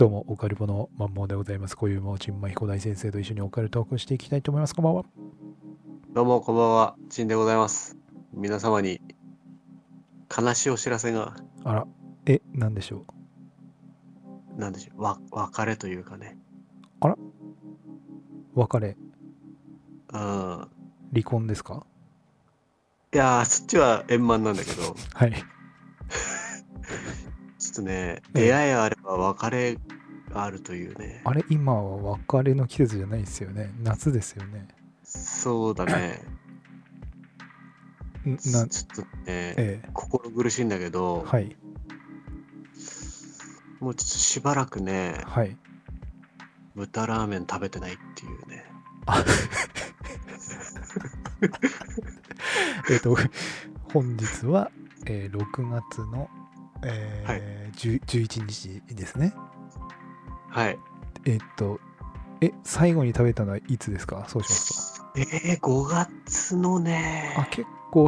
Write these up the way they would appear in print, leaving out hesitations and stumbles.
どうも、オカルポのマンモーでございます。こういうもちんま彦大先生と一緒にオカルトークをしていきたいと思います。こんばんは。 どうも、こんばんは。ちんでございます。皆様に悲しいお知らせが、 あら、なんでしょなんでしょう、別れというかね。 う。あら、別れ、 うん。 離婚ですか？ いやー、そっちは円満なんだけど、 はい。 ちょっとね、 ええ。 出会いあれば別れがあるというね。 あれ、今は別れの季節じゃないですよね。夏ですよね。 そうだね。 んな、 ちょっとね、 ええ。 心苦しいんだけど、 はい。 もうちょっとしばらくね、 はい。 豚ラーメン食べてないっていうね。 あえっと、本日は、6月の、 はい。 11日ですね。 はい。 えっと、最後に食べたのはいつですか？そうしますと。 5月のあ、 ね、 結構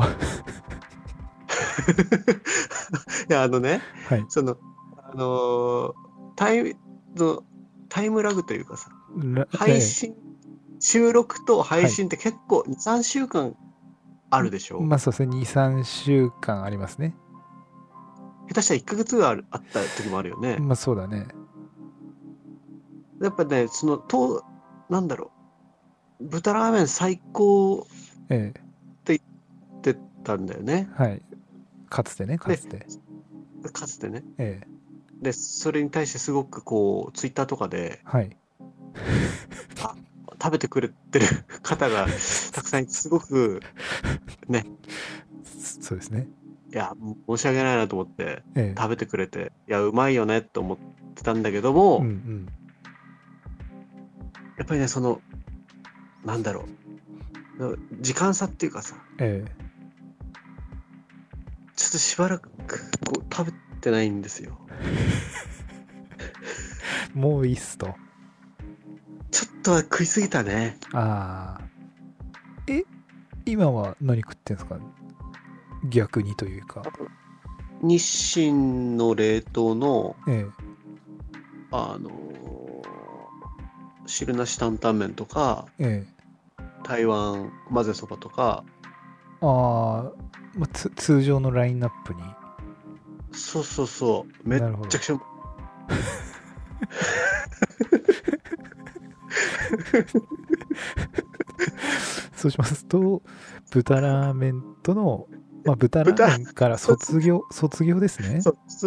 いや、あのね、 はい。 その、あのータイム、のタイムラグというかさ、配ええ。 信、収録と配はい。 信って結構2、3週間あるでしょ？ まあそうですね、2、3週間ありますね。 下手したら1ヶ月があった時もあるよね。 まあそうだね。 やっぱね、なんだろ豚ラーメン最高っええ。 て言ってたんだよね。 はい。かつてね、かで、 つて。 かつてね。 ええ。 で、それに対してすごくこう、ツイッターとかで、 はい。 あ、食べてくれてる方がたくさんいて、すごくね、 そうですね。 いや、申し訳ないなと思って、 ええ。 食べてくれて、いや、うまいよねと思ってたんだけどうんうも、 ん。 やっぱりね、なんだろ時間差っていうかさ、 ええ。 ちょっとしばらくこう食べてないんですよ。 もういいっすと。 ちょっとは食いすぎたね。 ああ。今は何食ってんすか？逆にというか。 日清の冷凍の、 ええ。 あの汁なし担々麺とか、 ええ。 台湾混ぜそばとか、 ああ、まあ、通常のラインナップに。 そうそうそう、めっなるほど。 ちゃくちゃうまい。 そうしますと、豚ラーメンとの、まあ、豚ラー豚、 メンから卒業ですね。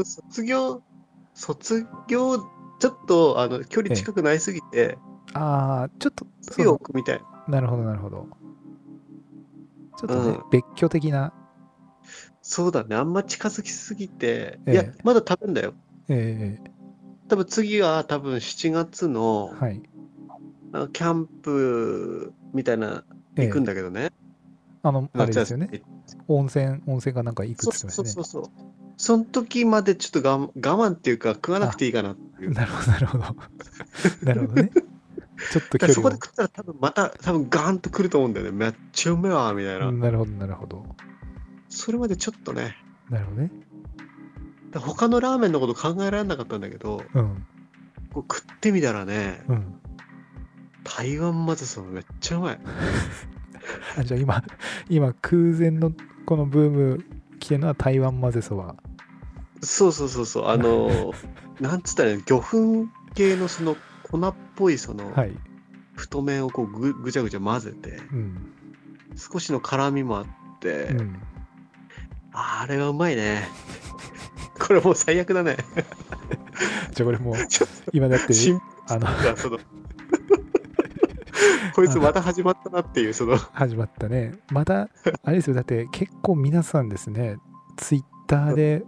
卒業、ちょっと、距離ええ。 近くなりすぎて、 ああ、ちょっと、 距離を置くみたい。 なるほど、なるほど。ちょっとね、 うん。 別居的な、 そうだね。あんま近づきすぎて、いや、 えまだ食べんだよ。 え、 多分次は多分7月の、 はい、 キャンプみたいな、行くんええ、 だけどね。 あれ夏休ですよね。 み。 温泉がなんか行くっそうそうつってましたね。 そうそう。その時までちょっと我慢っていうか、食わなくあ、 ていいかなっていう。 なるほど、なるほど。なるほどね。ちょっとだからそこで距離を、 食ったら多分ガーンと来ると思うんだよね。めっちゃうめえわ、みたいな。 なるほど、なるほど。 それまでちょっとね、 なるほどね。 他のラーメンのこと考えられなかったんだけど、 うん、 こう食ってみたらね、 うん。 台湾混ぜそばめっちゃうまい。 あ、じゃあ今、空前のこのブーム来てるのは台湾混ぜそば。 そうそうそうそう。なんつったらいいの、魚粉系の粉っぽいはい。 太麺をこうぐちゃぐちゃ混ぜて、 うん、 少しの辛みもあって、 うん。 あれはうまいね。これもう最悪だね。 じゃあこれもう、 ちょっ今だっと、 て、あの、 こいあの、 つまた始まったなっていう、 始まったね。また、あれですよ、だって結構皆さんですね、ツイッターで、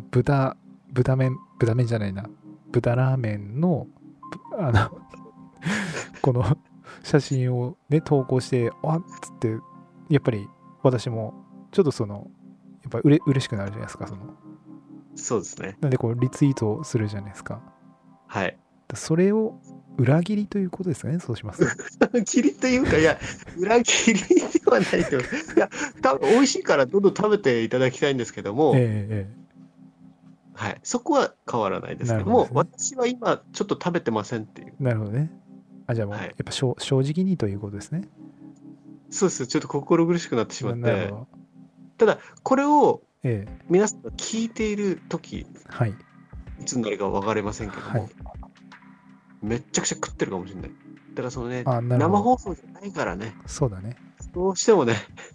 豚麺じゃないな、豚ラーメンの、あの、この写真をね、投稿して、あっつって、やっぱり私も、ちょっとやっぱ嬉しくなるじゃないですか、 そうですね。 なんでこう、リツイートするじゃないですか。 はい。 それを裏切りということですかね、そうしますと。 裏切りというか、いや、裏切りではないと。いや、美味しいからどんどん食べていただきたいんですけどえも、 えええはい。そこは変わらないですけども、 なるほどですね。 私は今ちょっと食べてませんっていう。 なるほどね。あ、じゃあもう、 はい。 やっぱ正直にということですね。 そうです。ちょっと心苦しくなってしまって。 なるほど。 ただ、これをええ。 皆さんが聞いている時、 はい。 いつになるか分かりませんけどはい。 も、めっちゃくちゃ食ってるかもしれない。だからそのね、 あ、なるほ生ど。 放送じゃないからね、 そうだね。 どうしてもね、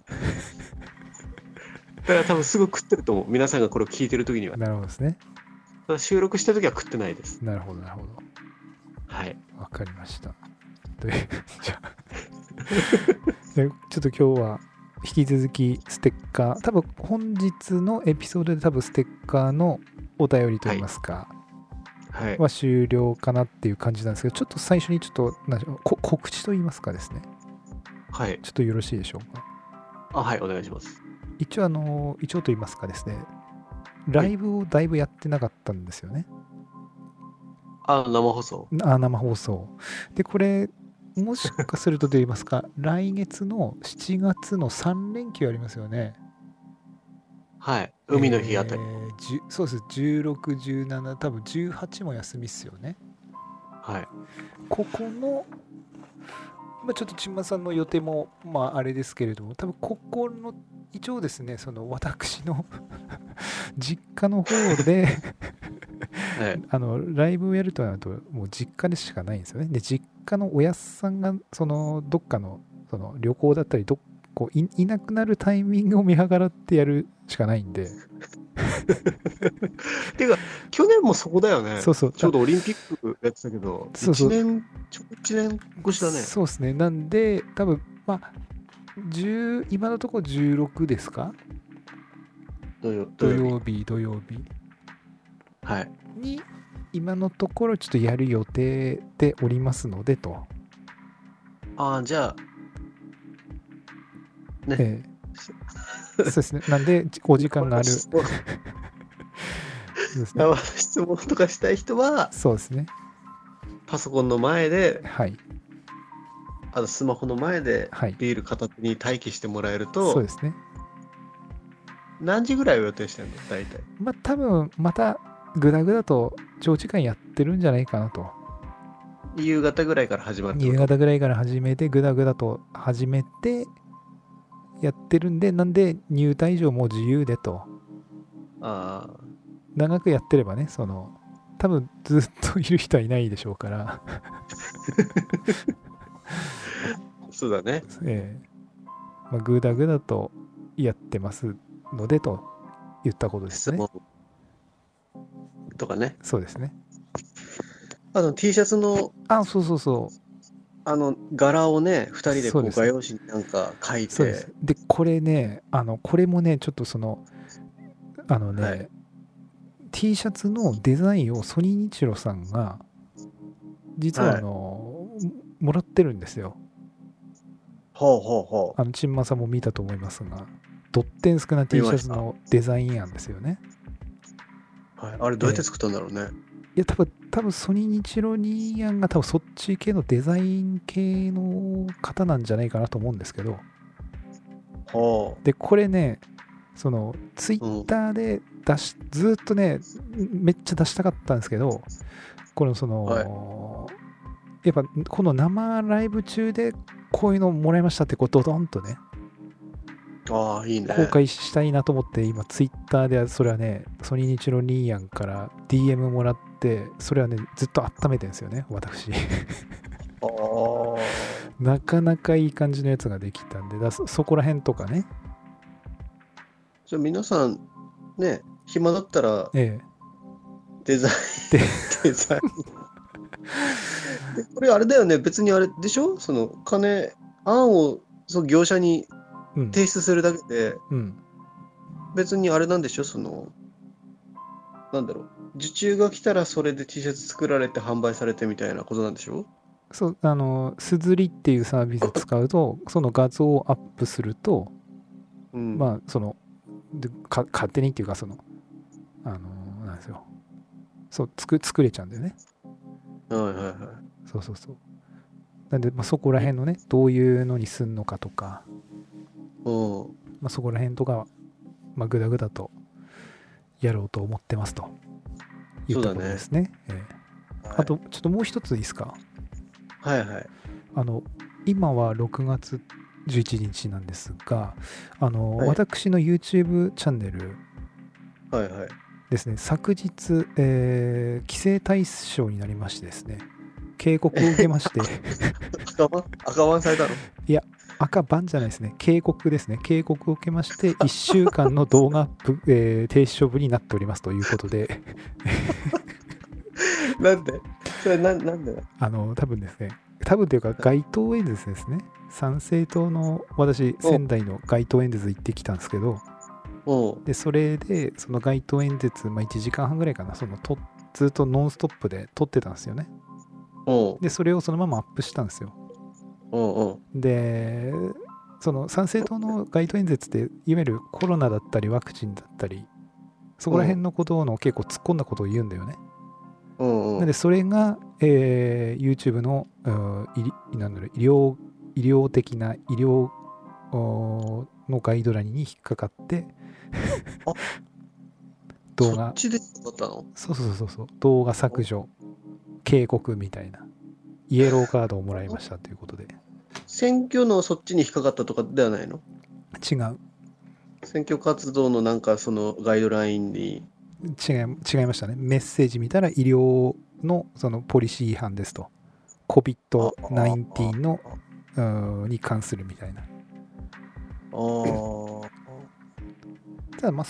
だから多分すぐ食ってると思う。皆さんがこれを聞いてる時には。 なるほどですね。 ただ収録した時は食ってないです。 なるほど、なるほど。 はい。 わかりました。という、じゃあでちょっと今日は引き続きステッカー、多分本日のエピソードで多分ステッカーのお便りといいますか、 はい。 は終了かなっていう感じなんですけど、ちょっと最初にちょっと、なんでしょう、告知といいますかですね、 はい。 ちょっとよろしいでしょうか。 はい、お願いします。 一応、一応といいますかですね、 はい。 ライブをだいぶやってなかったんですよね。 生放送。 生放送。で、これ、もしかするとと言いますか、来月の7月の3連休ありますよね。 はい。海の日あたり。 そうです、16、17、多分18も休みっすよね。 はい。 ここの、ちょっとちんまさんの予定も、あれですけれども、多分ここの、一応ですね、その私の実家の方ではい。 ライブをやるとなると、もう実家でしかないんですよね。で、実家のおやっさんが、どっかの、旅行だったり、こういなくなるタイミングを見計らってやるしかないんで、 ていうか、去年もそこだよね。 そうそう、 ちょうどオリンピックやってたけど、 そう、 1年越しだね。 そうですね。なんで、多分、今のところ16ですか？ 土曜日。 土曜日はい。 に、今のところちょっとやる予定でおりますのでと。 じゃあ、ね。 えそうですね。なんで、お時間がある。そうですね。 質問とかしたい人は、 そうですね。 パソコンの前で、 はい。 あとスマホの前ではい。 ビール片手に待機してもらえると、 そうですね。 何時ぐらいを予定してんの大体。 多分、また、グダグダと長時間やってるんじゃないかなと。 夕方ぐらいから始まるってこ夕と？ 方ぐらいから始めて、グダグダと始めて、やってるんで、なんで、入退場も自由でと。 ああ、 長くやってればね、多分ずっといる人はいないでしょうから、 そうだね。 グダグダとやってますのでと言ったことですね。 質問とかね。 そうですね。 T シャツの、 あ、そうそうそう。 柄をね、2人でこう画そうです。 用紙になんか書いそうです。 て、 で、これね、これもね、ちょっとはい。 T シャツのデザインをソニーニチロさんが、実ははい。 もらってるんですよ。 ほうほうほう。 チンマさんも見たと思いますが、ドッテンスクな見 T シャツました。 のデザイン案ですよね。 はい。あれどうやってえ作ったんだろうね。 いや、多分ソニーニチロニーアンが多分そっち系のデザイン系の方なんじゃないかなと思うんですけど、 ほで、これね、ツイッう。うん。 ターでずーっとね、めっちゃ出したかったんですけど、このはい。 やっぱこの生ライブ中でこういうのもらいましたって、こうドドンとね、 ああ、いい公ね。 開したいなと思って、今ツイッターでそれはね、ソニーニチロニーアンから DM もらって、それはね、ずっと温めてるんですよね、私。 ああ。 なかなかいい感じのやつができたんで、そこら辺とかね、 じゃあ皆さん、ね、暇だったらええ。 デザイン、 で、 デザイン。で、これあれだよね。別にあれでしょ案を業者にうん、 提出するだけで、 うん。 別にあれなんでしょなんだろう。受注が来たらそれで T シャツ作られて販売されてみたいなことなんでしょ？ そう、すずりっていうサービス使うと、その画像をアップすると、 うん。 勝手にっていうか、なんですよ。そう、作れちゃうんだよね。 はいはいはそうそうそう。なんで、そこらい。 辺のね、どういうのにすんのかとか、 うん。 そこら辺とか、グダグダとやろうと思ってますと。 いうところそうだね。 ですね。 はい、 あと、ちょっともう一ついいですか。 はいはい。 今は6月11日なんですが、 はい私の YouTube チャンネルはいはい。 ですね、昨日、規制対象になりましてですね、警告を受けまして、 赤バンされたの？ いや、赤バンじゃないですね、警告ですね、警告を受けまして、1週間の動画アップ、停止処分になっておりますということで、 なんでそれなんでだ？ 多分ですね、多分というか、街頭演説ですね、参政党の、私、 お仙台の街頭演説行ってきたんですけど、 おで、それで、その街頭演説、1時間半ぐらいかな、ずっとノンストップで撮ってたんですよね。 おで、それをそのままアップしたんですよ。 おで、その参政党の街頭演説って、いわゆるコロナだったり、ワクチンだったり、そこら辺のことの結構突っ込んだことを言うんだよね。なんで、それが、YouTube の、なんだろう、医療的な、医療のガイドラインに引っかかってあ、 動画、 そっちでだったの？ そう、動画削除、警告みたいな、イエローカードをもらいましたということで。 選挙のそっちに引っかかったとかではないの？ 違う、 選挙活動のなんかそのガイドラインに。 違いましたね。メッセージ見たら医療のそのポリシー違反ですと。 あ、 COVID-19 のに関するみたいな。 あ、 ただまあ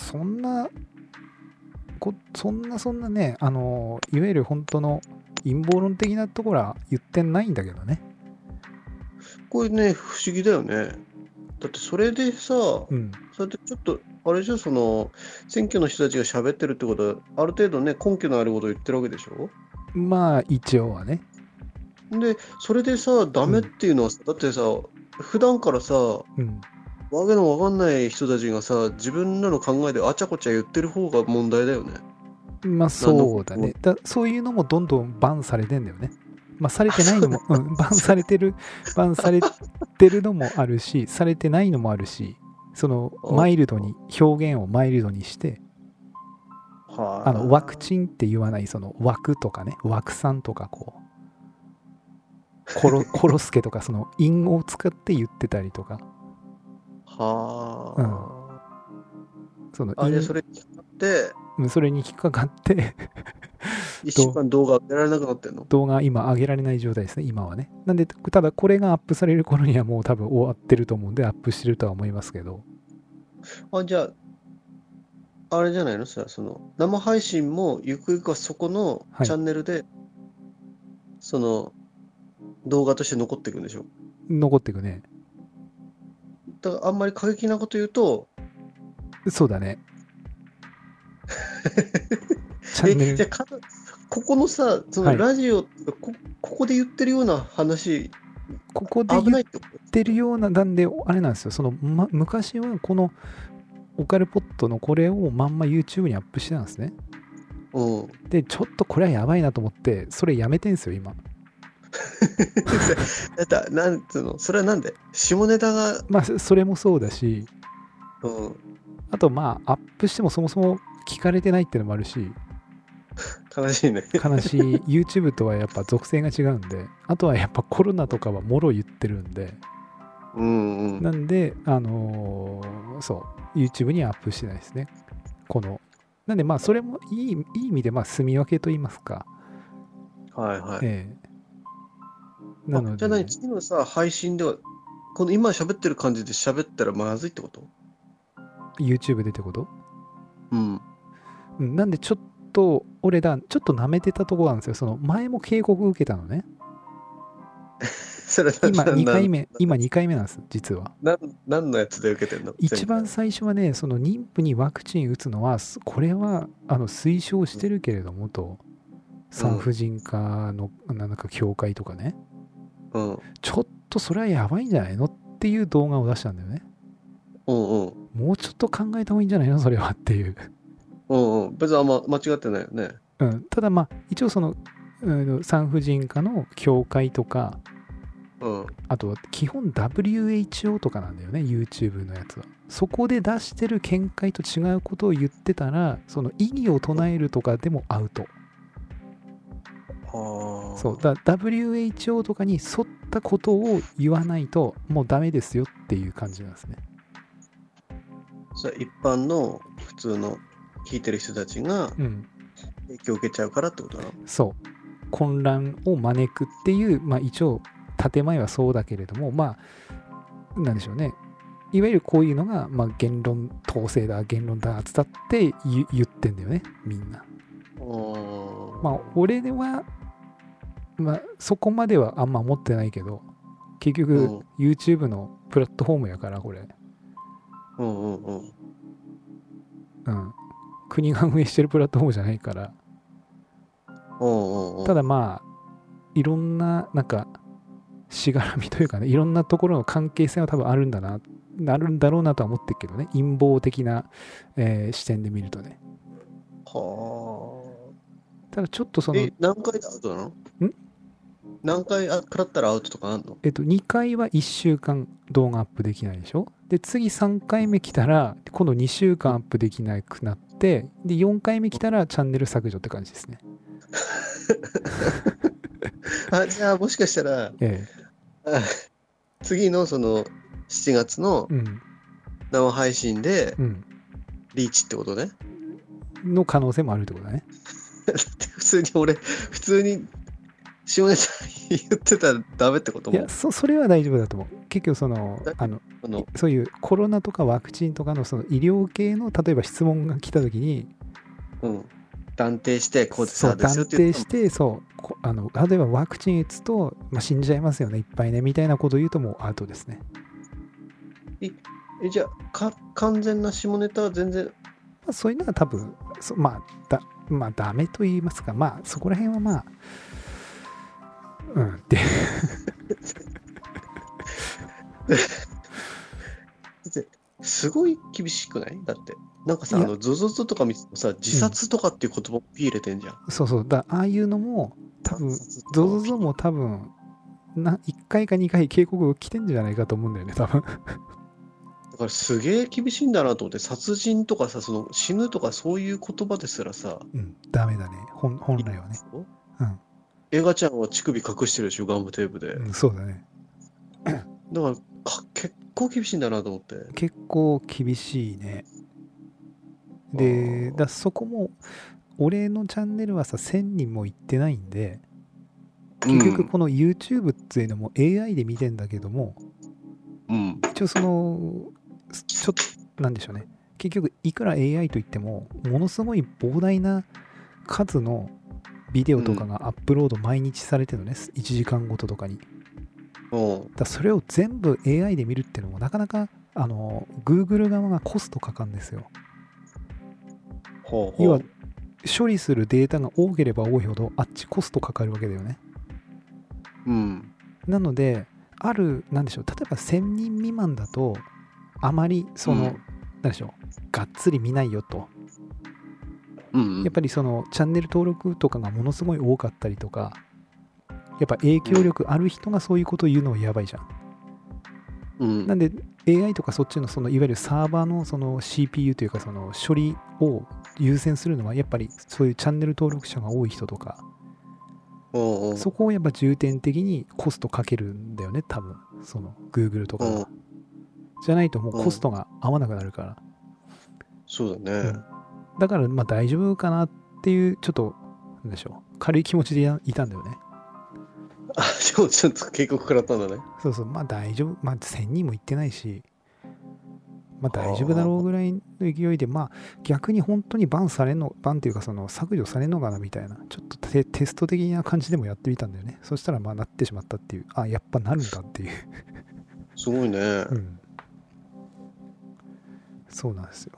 そんなね、いわゆる本当の陰謀論的なところは言ってないんだけどね。 これね、不思議だよね。だってそれでさ、 うん。 それでちょっと、あれじゃその、選挙の人たちが喋ってるってことは、ある程度ね、根拠のあることを言ってるわけでしょ？ まあ一応はね。 で、それでさ、ダメっていうのはさ、だってさ、普段からさ、 うん。 わけのわかんない人たちがさ、自分らの考えであちゃこちゃ言ってる方が問題だよね。 まあ何のそうだね。そういうのもどんどんバンされてんだよね。まあされてないのも、バンされてるのもあるし、されてないのもあるし、そのマイルドに、表現をマイルドにして、ワクチンって言わない、その枠とかね、枠さんとかこう、コロスケとか、その隠語を使って言ってたりとか、そのじゃあそれに使ってそれに引っかかって 1週間動画上げられなくなってんの？ 動画今上げられない状態ですね、今はね。なんで、ただこれがアップされる頃にはもう多分終わってると思うんで、アップしてるとは思いますけど。 じゃあ、あれじゃないのさ、その、生配信もゆくゆくはそこのはい。 チャンネルで、その、動画として残っていくんでしょ？ 残っていくね。 だからあんまり過激なこと言うと、 そうだね。チャンネル。 じゃあここのさ、そのはい。 ラジオ、ここで言ってるような話、 ここで言っ危ないってこてるような、なんで、あれなんですよ。昔はこのオカルポットのこれをまんま YouTube にアップしてたんですね。 と？ で、ちょっとこれはやばいなと思って、それやめてんすよ、今。 だって、なんつうの、それはなんで下ネタが、 まあ、それもそうだし、 うん、 あとまあ、アップしてもそもそも聞かれてないっていうのもあるし、 悲しいね。 悲しい。YouTube とはやっぱ属性が違うんで、あとはやっぱコロナとかはもろ言ってるんで、 うんうん。 なんで、そう、YouTube にはアップしてないですね。なんでまあ、それもいい意味で、まあ、住み分けと言いますか。 はいはい。 ええなのじゃあ何、 で、 次のさ、配信では、この今喋ってる感じで喋ったらまずいってこと？ YouTube でってこと。 うん。 なんでちょっと、俺ちょっと舐めてたところなんですよ。その前も警告受けたのね。 それ今2回目なんです、実は。 何のやつで受けてんの前一番回は？ 最初はね、その妊婦にワクチン打つのは、これは推奨してるけれどもと、産婦人科のなんか協会とかね、 うん。 ちょっとそれはやばいんじゃないのっていう動画を出したんだよね。 うんうん。 もうちょっと考えた方がいいんじゃないのそれはっていう。 うんうん。別にあんま間違ってないよね。 ただまあ、一応その、産婦人科の協会とか、 うん。 あと基本 WHO とかなんだよね、YouTube のやつは。そこで出してる見解と違うことを言ってたら、その異議を唱えるとかでもアウト。 そう。だ WHO とかに沿ったことを言わないともうダメですよっていう感じなんですね。 それ一般の普通の聞いてる人たちがうん。 影響を受けちゃうからってことなの？ そう。混乱を招くっていう、まあ一応建前はそうだけれども、まあ、なんでしょうね。いわゆるこういうのが、まあ、言論統制だ、言論弾圧だって言ってんだよね、みんな。まあ、俺では、まあ、そこまではあんま思ってないけど、結局、YouTube のプラットフォームやから、これ。 うんうんうん。 うん。国が運営してるプラットフォームじゃないから。ただまあ、いろんな、なんか、しがらみというかね、いろんなところの関係性は多分あるんだな、なるんだろうなとは思ってるけどね、陰謀的な、視点で見るとね。 はただちょっとそあ。 の、 何回でアウトなの？何回食らったらアウトとかあんの？ 2回は1週間動画アップできないでしょ。で、次3回目来たら、今度2週間アップできなくなって、で、4回目来たらチャンネル削除って感じですね。 あ、じゃあもしかしたら、 えあ次のその7月のえ。うん。 生配信でうん。 リーチってことね。 の可能性もあるってことだね。 だって普通に下ネタ言ってたらダメってことも。 いや、それは大丈夫だと思う。結局そういうコロナとかワクチンとかのその医療系の例えば質問が来た時に、 断定してこうですそう断ですよって言って定して例えばワクチン打つと、まあ、死んじゃいますよねいっぱいねみたいなことを言うともうアウトですね。 じゃあ完全な下ネタは全然。 まあ、そういうのは多分まあダメと言いますか、まあそこら辺はまあってすごい厳しくない？だってなんかさ、 いやゾゾゾとか見てもさ、自殺とかっていう言葉もピー入れてんじゃん。 そうああいうのも多分自殺とかゾゾも多分1回か2回警告来てんじゃないかと思うんだよね多分。 だからすげえ厳しいんだなと思って、殺人とかさ、その死ぬとかそういう言葉ですらさ、 ダメだね本来はね。 映画ちゃんは乳首隠してるでしょ、ガムテープで。 そうだね。 だから結構厳しいんだなと思って。 結構厳しいね。で、そこも、俺のチャンネルはさ、1000人も行ってないんで、結局この YouTube っていうのも AI で見てんだけども、一応ちょっと、なんでしょうね。結局、いくら AI といっても、ものすごい膨大な数のビデオとかがアップロード毎日されてるのね、1時間ごととかに。それを全部 AI で見るっていうのもなかなかGoogle 側がコストかかるんですよ。要は処理するデータが多ければ多いほどあっちコストかかるわけだよね。なのでなんでしょう、例えば1000人未満だとあまりなんでしょう、がっつり見ないよと。やっぱりチャンネル登録とかがものすごい多かったりとか、やっぱ影響力ある人がそういうことを言うのはやばいじゃん。なんで AI とかそっちのいわゆるサーバーのCPU というか処理を優先するのはやっぱりそういうチャンネル登録者が多い人とか、そこをやっぱ重点的にコストかけるんだよね多分Google とかは。じゃないともうコストが合わなくなるから。 そうだね。 だからまあ大丈夫かなっていうちょっとなんでしょう、軽い気持ちでいたんだよね。 でもちょっと警告食らったんだね。 まあ大丈夫、まあ1000人も行ってないし、まあ大丈夫だろうぐらいの勢いで、まあ逆に本当にバンっていうか削除されんのかなみたいな、ちょっとテスト的な感じでもやってみたんだよね。そしたらまあなってしまったっていう、やっぱなるんだっていう。 すごいね。 そうなんですよ。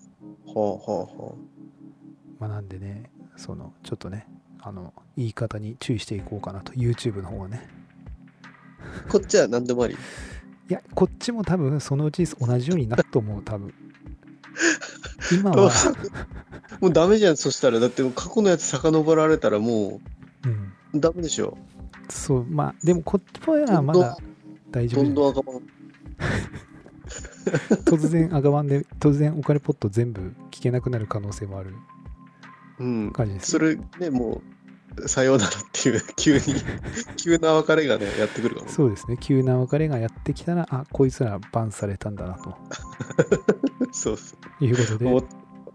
まあなんでね、ちょっとね、言い方に注意していこうかなと、YouTube の方はね。 こっちは何でもあり。 いや、こっちも多分そのうち同じようになると思う、多分。今はもうダメじゃん。そしたらだって過去のやつ遡られたらもうダメでしょ。 そう、まあでもこっちはまだ大丈夫。 どんどん赤番。 突然赤番で突然オカルポット全部聞けなくなる可能性もある感じです。 それね、もうさようならっていう、急な別れがね、やってくるかも。 そうですね。急な別れがやってきたら、あ、こいつらバンされたんだなとそうそいうことで、 思っ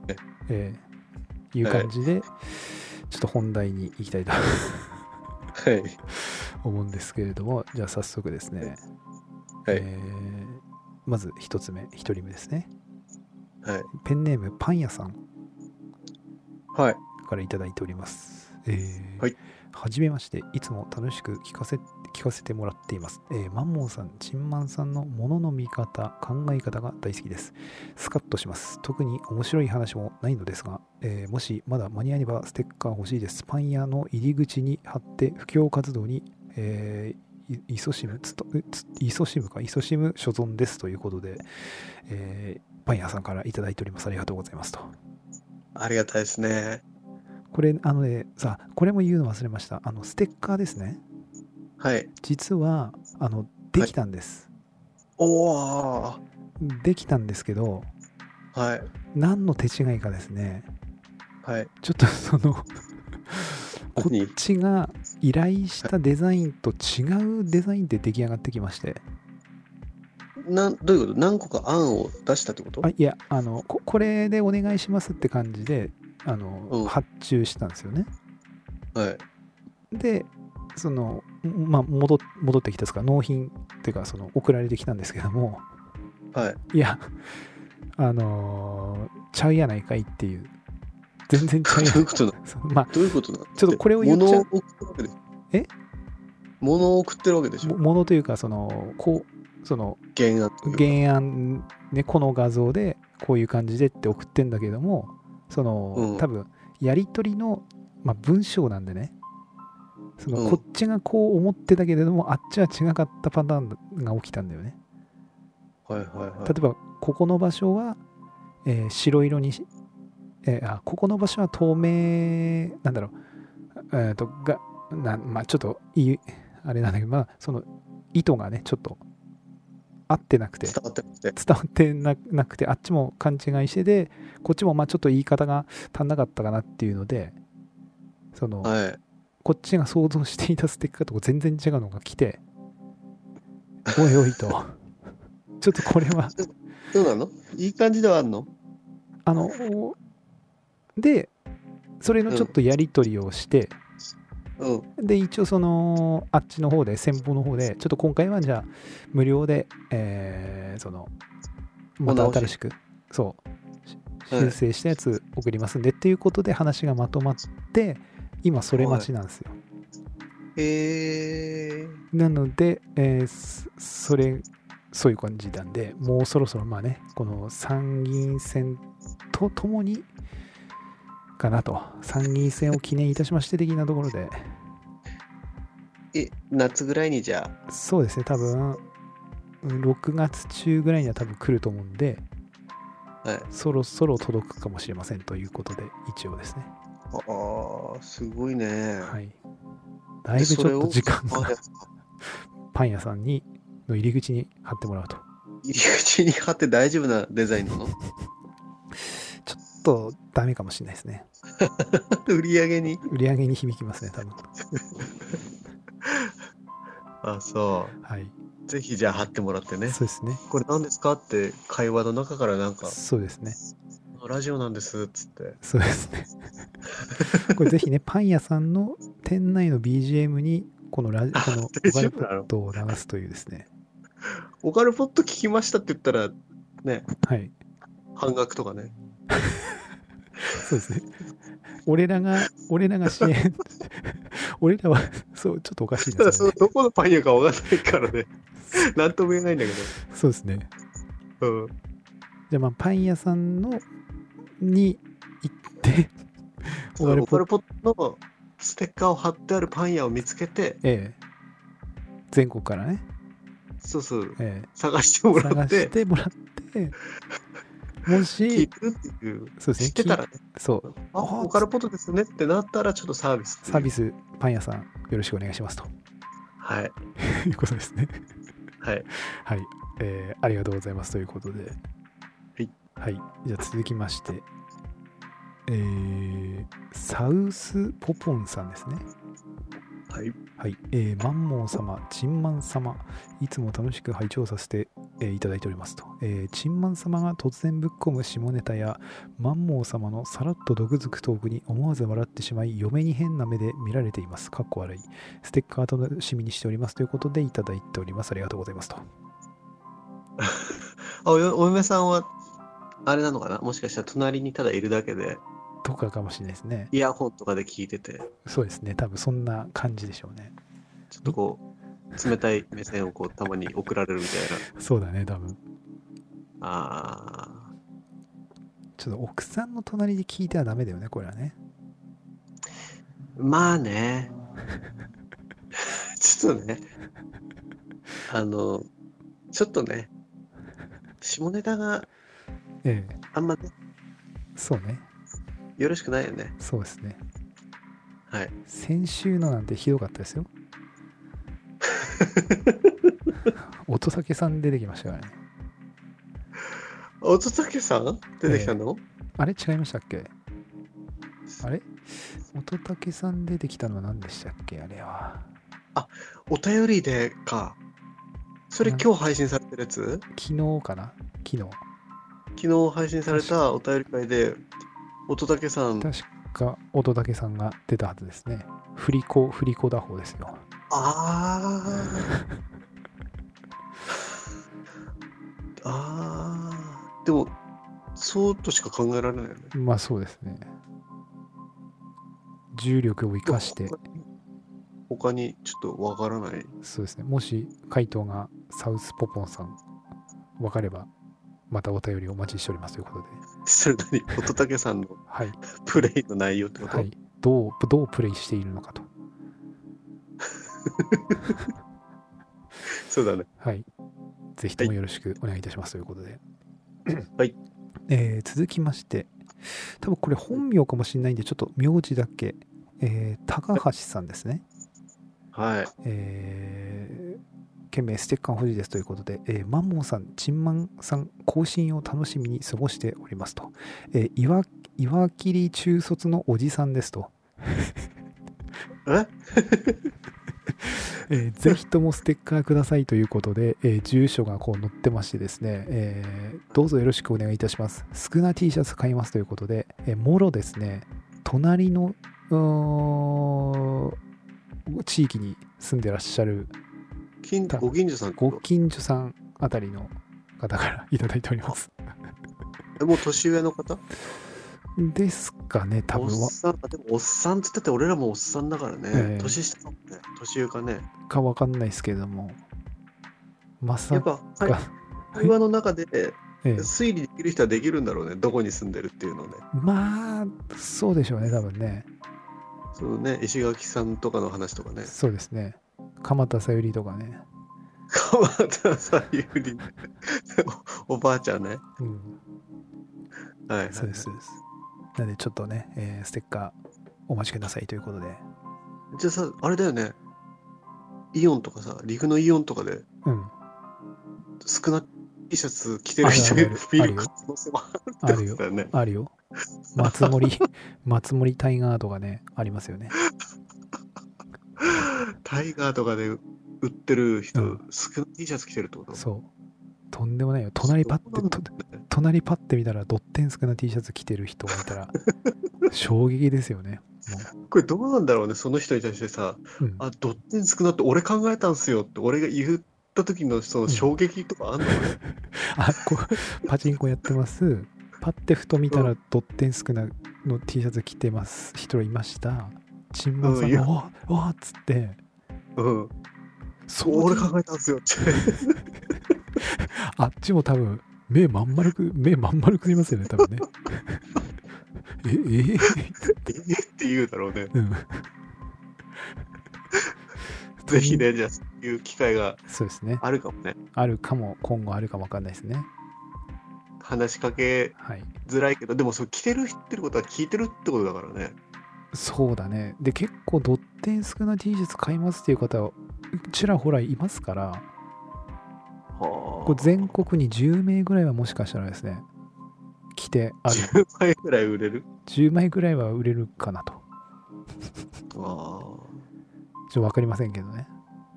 いうはい感じで、ちょっと本題に行きたいとはい。 思うんですけれども、じゃあ早速ですね、 はい。 まず一つ目、一人目ですね。 はい。 ペンネームパン屋さんはい。 からいただいております。 はい。 はじめまして、いつも楽しく聞かせてもらっています。マンモーさん、チンマンさんのものの見方、考え方が大好きです。スカッとします。特に面白い話もないのですが、もしまだ間に合えばステッカー欲しいです。パン屋の入り口に貼って布教活動に、イソシム所存ですということで、パン屋さんからいただいております。ありがとうございますと。 ありがたいですね。 これ、これも言うの忘れました。ステッカーですね。 はい。 実は、できたんです。 おー。 できたんですけど、 はい。 何の手違いかですね、 はい。 ちょっとこっ何ちが依頼したデザインと違うデザインで出来上がってきまして、 どういうこと何個か案を出したってこといや、これでお願いしますって感じで、 うん。 発注したんですよね。 はい。 で、戻ってきたですか、納品っていうか、送られてきたんですけども、 はい。 いや、ちゃうやないかいっていう、全然ちゃうやないどういうことなのまあ、 どういうことなのちょっとこれを言っちゃう、 物を送ってるわけでしょえ物を送ってるわけでしょものというか、 原案というか。 原案、ね、この画像でこういう感じでって送ってんだけども、 うん。 多分、やり取りの、文章なんでね、こっうん。 ちがこう思ってたけれども、あっちは違かったパターンが起きたんだよね。 はいはいは例えば、ここの場所は、白色にし、ここの場所は透明、なんだろう、ちょっとあれなんだけど、意図がね、ちょっと合ってなくい。 て、 伝わってなくて。 伝わってなくて、あっちも勘違いしてで、こっちもちょっと言い方が足んなかったかなっていうので、 はい。 こっちが想像していたステッカーと全然違うのが来て、おいおいと、ちょっとこれは、 どうなのいい感じではあんのあの、で、それのうん。 ちょっとやり取りをして、 うん。 で、一応あっちの方で、先方の方で、ちょっと今回はじゃあ、無料で、またお直し。 新しく、そう、修はい。 正したやつ送りますんでっていうことで話がまとまって、今それはい。 待ちなんですよ。 ー。 なので、そういう感じなんで、もうそろそろこの参議院選とともにかなと、参議院選を記念いたしまして的なところで、 夏ぐらいにじゃそうですね、多分、6月中ぐらいには多分来ると思うんで、 あ、はい。 そろそろ届くかもしれませんということで、一応ですね。 ああ、すごいね。 はい。だで、 いぶちょっとそれを、 時間があれ、 パン屋さんの入り口に貼ってもらうと。 入り口に貼って大丈夫なデザインなのちょっとダメかもしれないですね。 売り上げに売り上げに響きますね、多分。 あ、そはい。 う。ぜひじゃあ貼ってもらってね。 そうですね。 これ何ですかって会話の中からなんか、 そうですね。 ラジオなんですっつって。 そうですね。これぜひね、パン屋さんの店内の BGM に、この大オカルポッ丈夫なのトを流すというですね。 オカルポット聞きましたって言ったら、ね、 はい。 半額とかね。 そうですね。俺らが支援、俺らは、そう、ちょっとおかしいな、 ただ、 それね。 どこのパン屋かわかんないからね。なんとも言えないんだけそうですね。 ど。うん。 じゃあパン屋さんに行って、オカルポッオカルポットのステッカーを貼ってあるパン屋を見つけて、 全国からね、 そうそう、 え探してもらっ探しててもらって、もし、 聞いてるっていう、 そうですね、 知ってたらね、オカルオポットですねってなったらちょっとサービスっていう。 サービスパン屋さんよろしくお願いしますとはい。 いうことですね。 はい。 はい、ありがとうございますということで、 はい。 はい、じゃあ続きまして、 サウスポポンさんですね。 はい。 はい、マンモー様、チンマン様、いつも楽しく拝聴させて、いただいておりますと。チンマン様が突然ぶっ込む下ネタや、マンモー様のさらっと毒づくトークに思わず笑ってしまい、嫁に変な目で見られています。かっこ悪い。ステッカー楽しみにしておりますということでいただいております。ありがとうございますと。 お嫁さんは、あれなのかな、もしかしたら隣にただいるだけで、 とかかもしれないですね。 イヤホンとかで聞いてて、 そうですね。多分そんな感じでしょうね。 ちょっとこう、冷たい目線をこうたまに送られるみたいそうだね、多分。 な。あちょっと奥さんの隣で聞いてはダメだよね、これはね。 ー、まあね、ちょっとね、ちょっとね、下ネタがええ、 あんまね、 そうね。 よろしくないよね。 そうですね。 はい。 先週のなんてひどかったですよ。乙武さん出てきましたからね。 乙武さん出てきたの、 あれ違いましたっけ？あれ乙武さん出てきたのは何でしたっけ？あれは。 お便りでか。それ今日配信されてるやつ？ 昨日かな？昨日。 昨日配信されたお便り会で、乙武さん。 確か乙武さんが出たはずですね。振り子打法ですよ。 でも、そうとしか考えられないよね。 まあそうですね。重力を生かして。 他にちょっとわからない。 そうですね。もし回答がサウスポポンさん分かれば、またお便りお待ちしておりますということで。 それ何？乙武さんのはい。 プレイの内容ってこと？ はい。どうプレイしているのかと。 そうだね。 はい。ぜひともよろしくお願いいたしますということで。 はい。 続きまして、多分これ本名かもしれないんで、ちょっと名字だけ、高橋さんですね。 はい。 件名ステッカー欲しいですということで、マンモーさん、チンマンさん、更新を楽しみに過ごしておりますと。岩切中卒のおじさんですと。ぜひともステッカーくださいということで、住所がこう載ってましてですね、どうぞよろしくお願いいたします。スクナ T シャツ買いますということで、もろですね、隣の地域に住んでらっしゃるご近所さんってごこ近所さんあたりの方からいただいております。 と？もう年上の方？ ですかね、多分は。 おっさん、でもおっさんって言ったって俺らもおっさんだからね。 え年下かもね。年上かね。 かわかんないですけれども、まさやっぱ、 か、 会話の中でえ推理できる人はできるんだろうね。どこに住んでるっていうのね。 まあ、そうでしょうね、多分ね。 そのね、石垣さんとかの話とかね。 そうですね。鎌田さゆりとかね。 川田さゆり、おばあちゃんね。 うん。 はいはいはい。 そうです、そうです。なので、ちょっとね、ステッカーお待ちくださいということで。 じゃあさ、あれだよね。イオンとかさ、陸のイオンとかで、 うん。 少な T シャツ着てる人いるフィあるよル可能性もあるってあるよことだよね。 あるよ。松森タイガーとかね、ありますよね。 タイガーとかで売ってる人、 うん少な T シャツ着てるってこと？ そう。とんでもないよ。隣パッて見たら、ドッテンスクな T シャツ着てる人がいたら、衝撃ですよね。もこれどうなんだろうね、その人に対してさ、 う。うん。 ドッテン少なって俺考えたんすよって俺が言った時のその衝撃とかあんのかね。 パチンコやってます。パッてふと見たら、ドッテンスクなの T シャツ着てます人いました。チンマンさんが、おっつって、 俺考えたんすよって。 あっちも多分、目まん丸くりますよね、多分ね。 って言うだろうね。 うん。 ぜひね、じゃあそういう機会がそうですね。 あるかもね。 あるかも、今後あるかもわかんないですね。 話しかけはい。 づらいけど、でもそう着てるってことは聞いてるってことだからね。 そうだね。で、結構ドッテンスクな T シャツ買いますっていう方は、ちらほらいますから、これ全国に10名ぐらいはもしかしたらですね、着てある。 10枚ぐらい売れる？ 10枚ぐらいは売れるかなと。 ああ。 分かりませんけどね。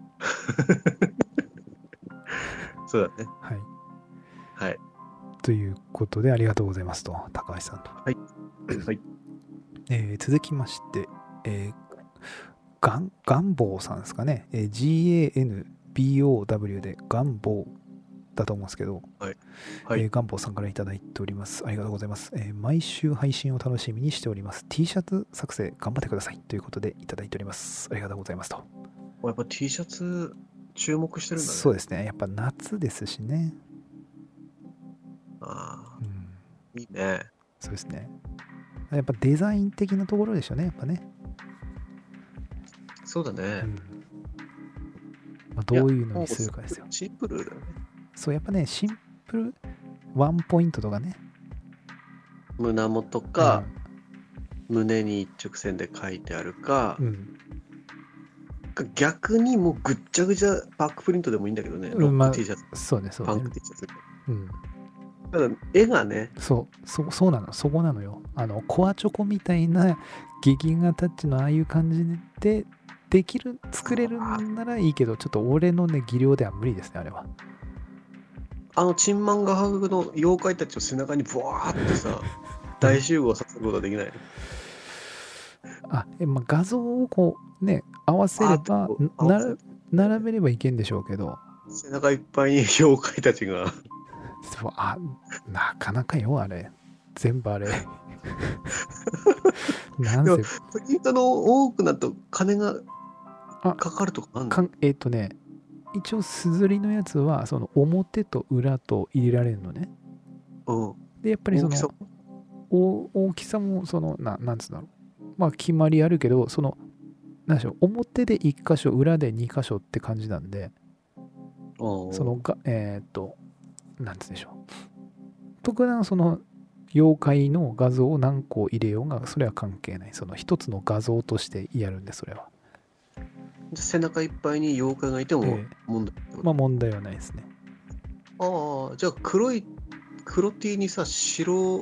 そうだね。 はい。 はい。 ということで、ありがとうございますと、高橋さんと。 はい。はい。 続きまして、ガンボウさんですかね。GANBOW でガンボウだと思うんですけど、 はい。はい。 ガンボウさんからいただいております。ありがとうございます。毎週配信を楽しみにしております。T シャツ作成頑張ってくださいということでいただいております。ありがとうございますと。 やっぱ T シャツ注目してるんだね。 そうですね。やっぱ夏ですしね。 ああ、 うん、 いいね。 そうですね。やっぱデザイン的なところでしょうね。やっぱね。 そうだね。 どういうのにするかですよ。 シンプルだよね。 そう、やっぱね、シンプルワンポイントとかね。 胸元か、胸に一直線で書いてあるか、逆にもうぐっちゃぐちゃバックプリントでもいいんだけどね。ロック T シャツ。 そうね、そうね。 パンク T シャツ。ただ、絵がね。 そうなの。そこなのよ。コアチョコみたいな劇画タッチのああいう感じで作れるんならいいけど、ちょっと俺のね、技量では無理ですね、あれは。 チンマンガハグの妖怪たちを背中にブワーってさ、大集合させることはできない。 画像をこうね、合わせれば、並べればいけんでしょうけど。 背中いっぱいに妖怪たちが。 なかなかよ、あれ。全部あれ。 なんせ。プリントの多くなると金がかかるとかあるの？ 一応、すずりのやつは、その表と裏と入れられるのね。で、やっぱりその、大きさも、なんつうんだろう。決まりあるけど、なんでしょう、表で1箇所、裏で2箇所って感じなんで、なんつうんでしょう。特段妖怪の画像を何個入れようが、それは関係ない。一つの画像としてやるんで、それは。 背中いっぱいに妖怪がいても問題、 問題はないですね。 じゃあ黒 T にさ、白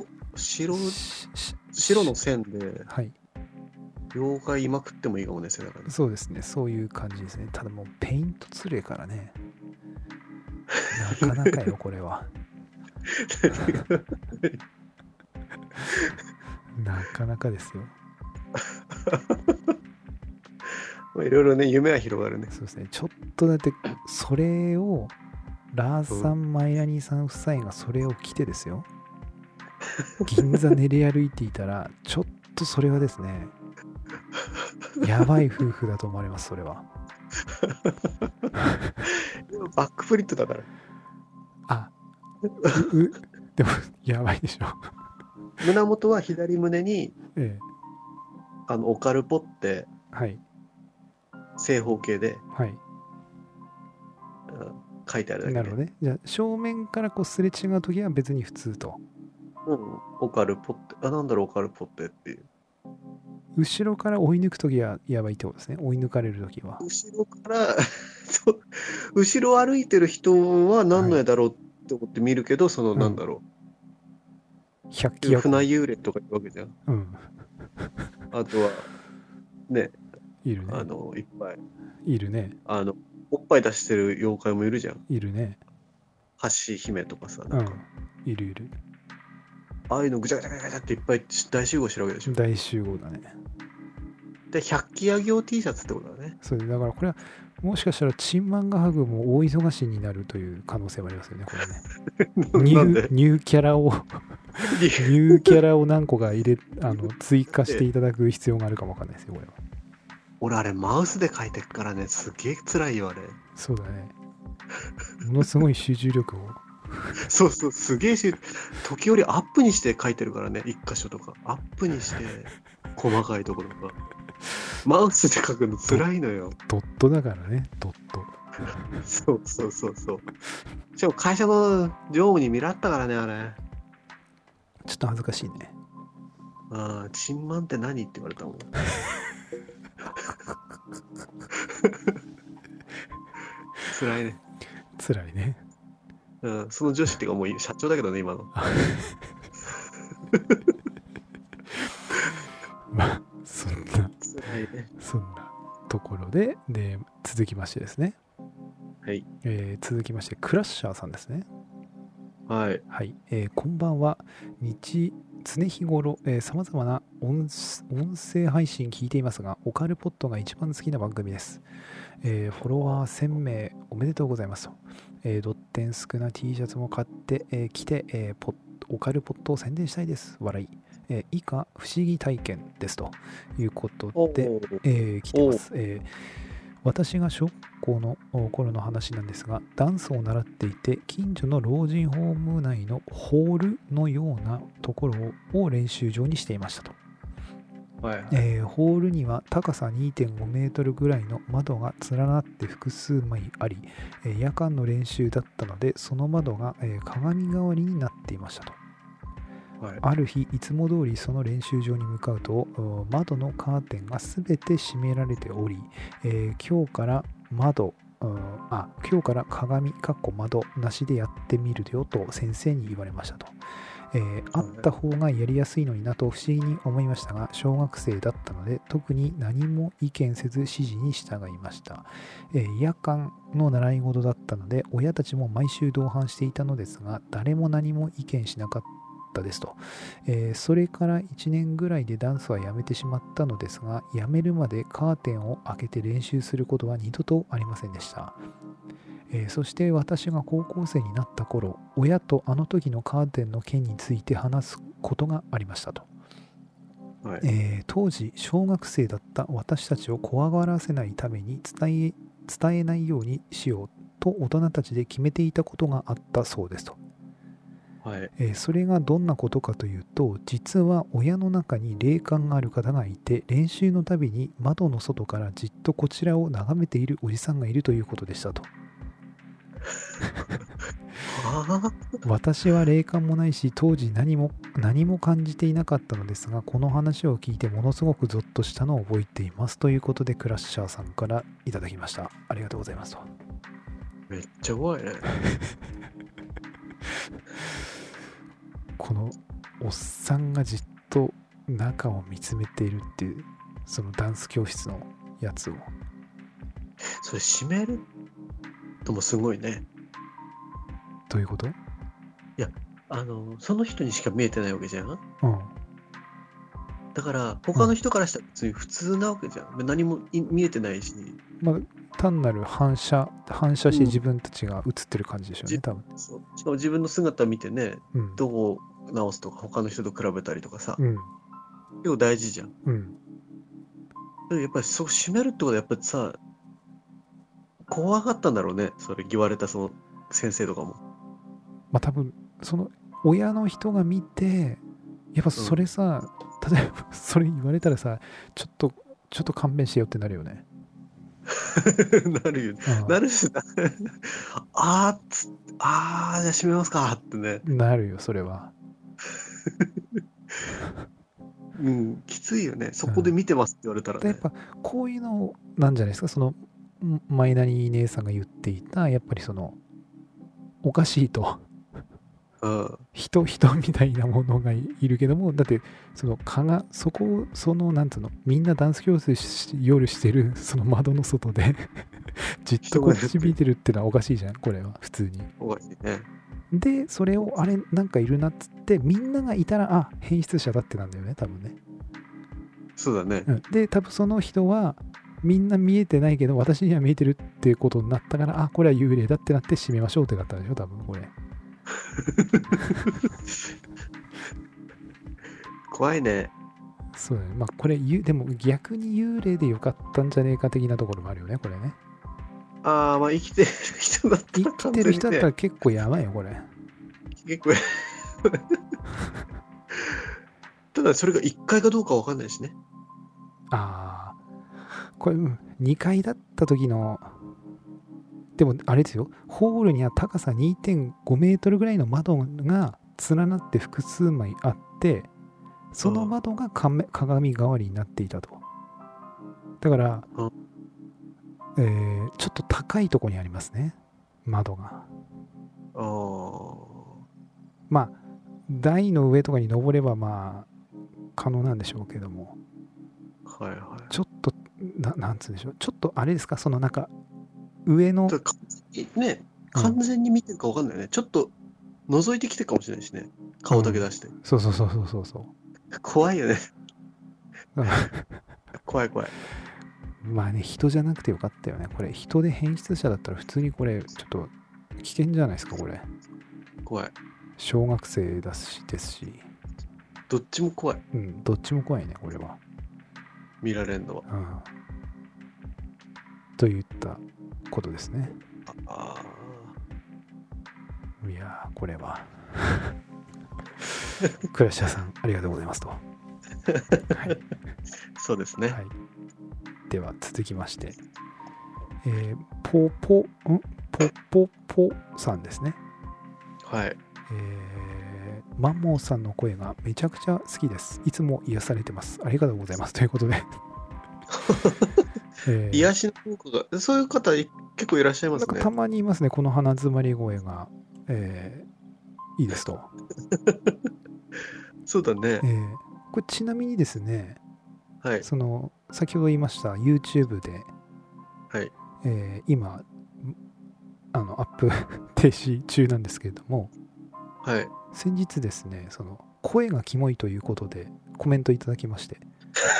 の線で、妖怪いまくってもいいかもね、背中に。 そうですね、そういう感じですね。ただもうペイントつれからね。なかなかよ、これは。なかなかですよ。 いろいろね、夢は広がるね。 そうですね。ちょっとだって、それを、ラーさん、マイラニーさん夫妻がそれを着てですよ。銀座練り歩いていたら、ちょっとそれはですね、やばい夫婦だと思われます、それは。 バックプリントだから。 でも、やばいでしょ。 胸元は左胸に、オカルポって、正方形で、書いてあるだけで。 なるほどね。じゃあ、正面からこうすれ違うときは別に普通と。 オカルポって、なんだろう、オカルポってっていう。 後ろから追い抜くときはやばいってことですね。追い抜かれるときは。 後ろから後ろ歩いてる人は何の絵だろうって思って見るけど、なんだろう。 百鬼夜船幽霊とかいるわけじゃん。あとは、ね。 いるね。 いっぱい。 いるね。 おっぱい出してる妖怪もいるじゃん。 いるね。 橋姫とかさ、なんか。 いるいる。 ああいうのぐちゃぐちゃぐちゃっていっぱい大集合してるわけでしょ。 大集合だね。 で、百鬼夜行 T シャツってことだね。 そうだからこれは、もしかしたらチンマンガハグも大忙しになるという可能性もありますよね、これね。ニューキャラをニューキャラを何個か追加していただく必要があるかもわかんないですよ、これは。 俺あれマウスで書いてっからね、すげえ辛いよ、あれ。 そうだね。ものすごい集中力を。 そう、すげえ時折アップにして書いてるからね、一箇所とか。アップにして、細かいところとか。マウスで書くの辛いのよ。 ドットだからね、ドット。 そう。しかも会社の業務に見らったからね、あれ。 ちょっと恥ずかしいね。 チンマンって何って言われたもん。辛いね。 辛いね。 その女子っていうかもう社長だけどね、今の。 ろで、続きましてですね、 はい。 続きまして、クラッシャーさんですね。 はい。 はい、こんばんは。常日頃、さまざまな音声配信聞いていますが、オカルポットが一番好きな番組です。フォロワー1000名おめでとうございますと。ドッテン少な T シャツも買って、着て、オカルポットを宣伝したいです。笑い。以下、不思議体験ですということで、 おー来てます。私が小学校の頃の話なんですが、ダンスを習っていて、近所の老人ホーム内のホールのようなところを練習場にしていましたと。 はいはい。 ホールには高さ2.5メートルぐらいの窓が連なって複数枚あり、夜間の練習だったので、その窓が、鏡代わりになっていましたと。 はい。 ある日、いつも通りその練習場に向かうと、窓のカーテンがすべて閉められており、今日から今日から鏡窓なしでやってみるよと先生に言われましたと。あった方がやりやすいのになと不思議に思いましたが、小学生だったので特に何も意見せず指示に従いました。夜間の習い事だったので親たちも毎週同伴していたのですが、誰も何も意見しなかったですと。それから1年ぐらいでダンスはやめてしまったのですが、やめるまでカーテンを開けて練習することは二度とありませんでした。そして私が高校生になった頃、親とあの時のカーテンの件について話すことがありましたと。 はい。 当時小学生だった私たちを怖がらせないために伝えないようにしようと大人たちで決めていたことがあったそうですと。 はい。 それがどんなことかというと、実は親の中に霊感がある方がいて、練習のたびに窓の外からじっとこちらを眺めているおじさんがいるということでしたと。 はあ。 私は霊感もないし、当時何も感じていなかったのですが、この話を聞いてものすごくゾッとしたのを覚えていますということで、クラッシャーさんからいただきました。ありがとうございますと。 めっちゃ怖いね。 このおっさんがじっと中を見つめているっていう、そのダンス教室のやつを。 それ閉めるともすごいね。 どういうこと？ いや、その人にしか見えてないわけじゃん。 うん。 だから、 うん。 他の人からしたら別に普通なわけじゃん。何も見えてないし、 まあ、単なる反射してうん。 自分たちが映ってる感じでしょうね、多分。 そう。しかも自分の姿見てね、 うん。 どこを直すとか、他の人と比べたりとかさ、 うん。 結構大事じゃん。 うん。 でやっぱりそう閉めるってことは、やっぱりさ、怖かったんだろうね。それ言われたその先生とかも。 まあ多分、その親の人が見て、やっぱそうん。 れさ、例えばそれ言われたらさ、ちょっと勘弁してよってなるよね。 なるよ。 うん。 なるし、あーっつ、あー、じゃあ閉めますかってね。 なるよ、それは。 うん、きついよね。そこでうん。 見てますって言われたらね。 でやっぱこういうのなんじゃないですか、そのマイナニー姉さんが言っていた、やっぱりそのおかしいと。 うん。 人みたいなものがいるけども、だってそのそこをなんつうの、みんなダンス教室夜してるその窓の外でじっと人こっが出てる。 ち見てるってのはおかしいじゃん、これは普通に。 おかしいね。 でそれをあれなんかいるなっつってみんながいたら、あ、変質者だってなんだよね、多分ね。 そうだね。 うん、で多分その人はみんな見えてないけど私には見えてるっていうことになったから、あ、これは幽霊だってなって閉めましょうってなったんでしょ、多分これ。 怖いね。 そうだね。まあこれでも逆に幽霊でよかったんじゃねえか的なところもあるよね、これね。 ああ、まあ生きてる人だった生ら完きてる人だった全にね、 ら結構やばいよ、これ。 結構ただそれが1回かどうかわかんないしね。 ああ、これ、2階だった時の、でもあれですよ、ホールには高さ2.5メートルぐらいの窓が連なって複数枚あって、そのうん。 窓が鏡代わりになっていたと。だから、 うん。 ちょっと高いところにありますね、窓が。 ああ。 まあ、台の上とかに登れば、まあ、可能なんでしょうけども、 はいはちょっとなんつうんでしょう、ちょっとあれですか、そのなんか上の、 完全にね、 うん完全に見てるか分かんないよね。ちょっと覗いてきてるかもしれないしね。顔だけ出して。 そうそうそうそうそうそう怖いよね。 うん怖い怖い。 まあね、人じゃなくてよかったよね。これ人で変質者だったら普通にこれちょっと危険じゃないですか、これ。 怖い。 小学生だしですし、 どっちも怖い。 うん、どっちも怖いね、これは。 見られんのは。 うん。といったことですね。 あいやー、これは。クラッシャーさん、ありがとうございますと。はい。 あ、そうですね。 はい、では、続きまして、ポポさんですね。 はい。 マンモーさんの声がめちゃくちゃ好きです。いつも癒されてます。ありがとうございます。ということで、 癒しの効果が、そういう方結構いらっしゃいますね。 なんかたまにいますね、この鼻づまり声が、いいですと。 そうだね。 これちなみにですね、 はい。 その先ほど言いました YouTube で、 はい。 今アップ停止中なんですけれども、 はい。 先日ですね、その声がキモいということでコメントいただきまして、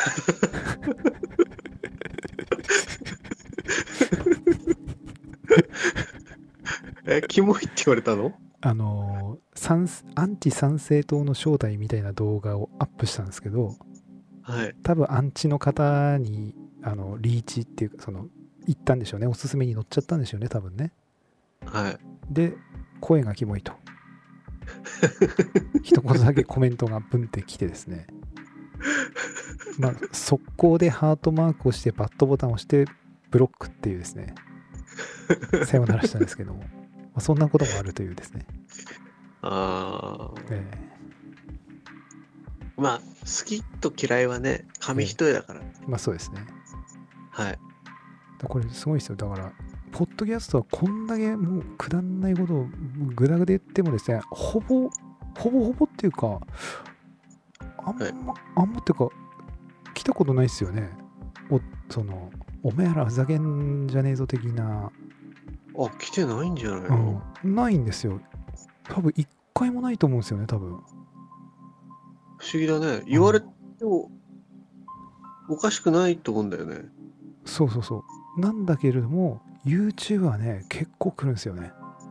キモいって言われたの？ アンチ参政党の正体みたいな動画をアップしたんですけど、 はい。 多分アンチの方にリーチっていうか、その行ったんでしょうね、おすすめに載っちゃったんでしょうね、多分ね。 はい。 で、声がキモいと一言だけコメントがブンってきてですね、まあ速攻でハートマークをしてバットボタンを押してブロックっていうですね、さよならしたんですけども、まあ、そんなこともあるというですね、 ああ。 えまあ、好きと嫌いはね、紙一重だから。 まあそうですね。 はい。 これすごいですよ。だから、ポッドキャストはこんだけもうくだんないことをグダグダ言ってもですね、ほぼっていうか、あんまっていうか、来たことないですよね。おめえらふざけんじゃねえぞ的な、 あ、来てないんじゃないの？ ないんですよ。多分一回もないと思うんですよね、多分。 不思議だね。言われても、おかしくないと思うんだよね。 そうそうそう。なんだけれども、YouTube はね、結構来るんですよね。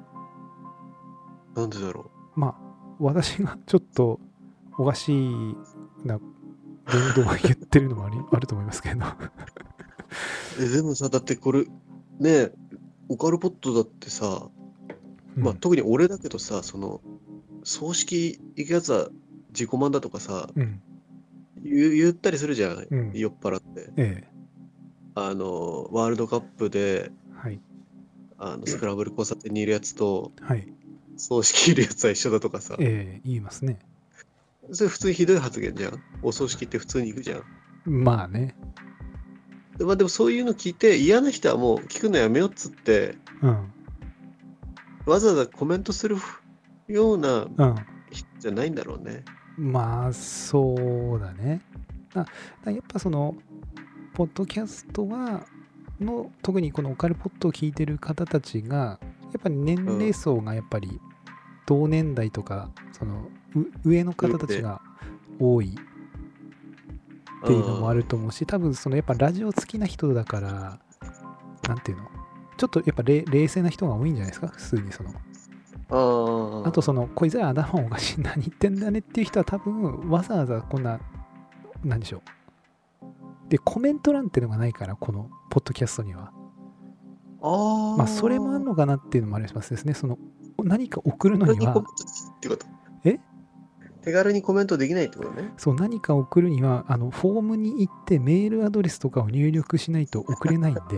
なんでだろまあ、私がちょっとおかしいな言動を言ってるのもあると思いますけど。 う。でもさ、だってこれ、ね、オカルポットだってさ、まあうん、 特に俺だけどさ、その、葬式行くやつは自己満だとかさ、 うん、 言ったりするじゃん、 うん、 酔っ払って。 ええ、 ワールドカップで、 はい、 スクランブル交差点にいるやつと、 はい、 葬式いるやつは一緒だとかさ、 言いますね。 それ普通にひどい発言じゃん。お葬式って普通に行くじゃん。 まあね、 まあでもそういうの聞いて嫌な人はもう聞くのやめようっつって、 うん、 わざわざコメントするようなうん、 人じゃないんだろうね。 まあそうだね。やっぱその、ポッドキャスト特にこのオカルポットを聞いてる方たちが、やっぱり年齢層がやっぱり同年代とか、その上の方たちが多いっていうのもあると思うし、多分そのやっぱラジオ好きな人だから、なんていうの、ちょっとやっぱ冷静な人が多いんじゃないですか、普通にその。あとその、こいつら頭おかしい、何言ってんだねっていう人は多分わざわざこんな、なんでしょう。で、コメント欄っていうのがないから、このポッドキャストには。まあ、それもあるのかなっていうのもありますですね。その、何か送るのには、 手軽にコメントできないってことね。 そう、何か送るには、フォームに行ってメールアドレスとかを入力しないと送れないんで、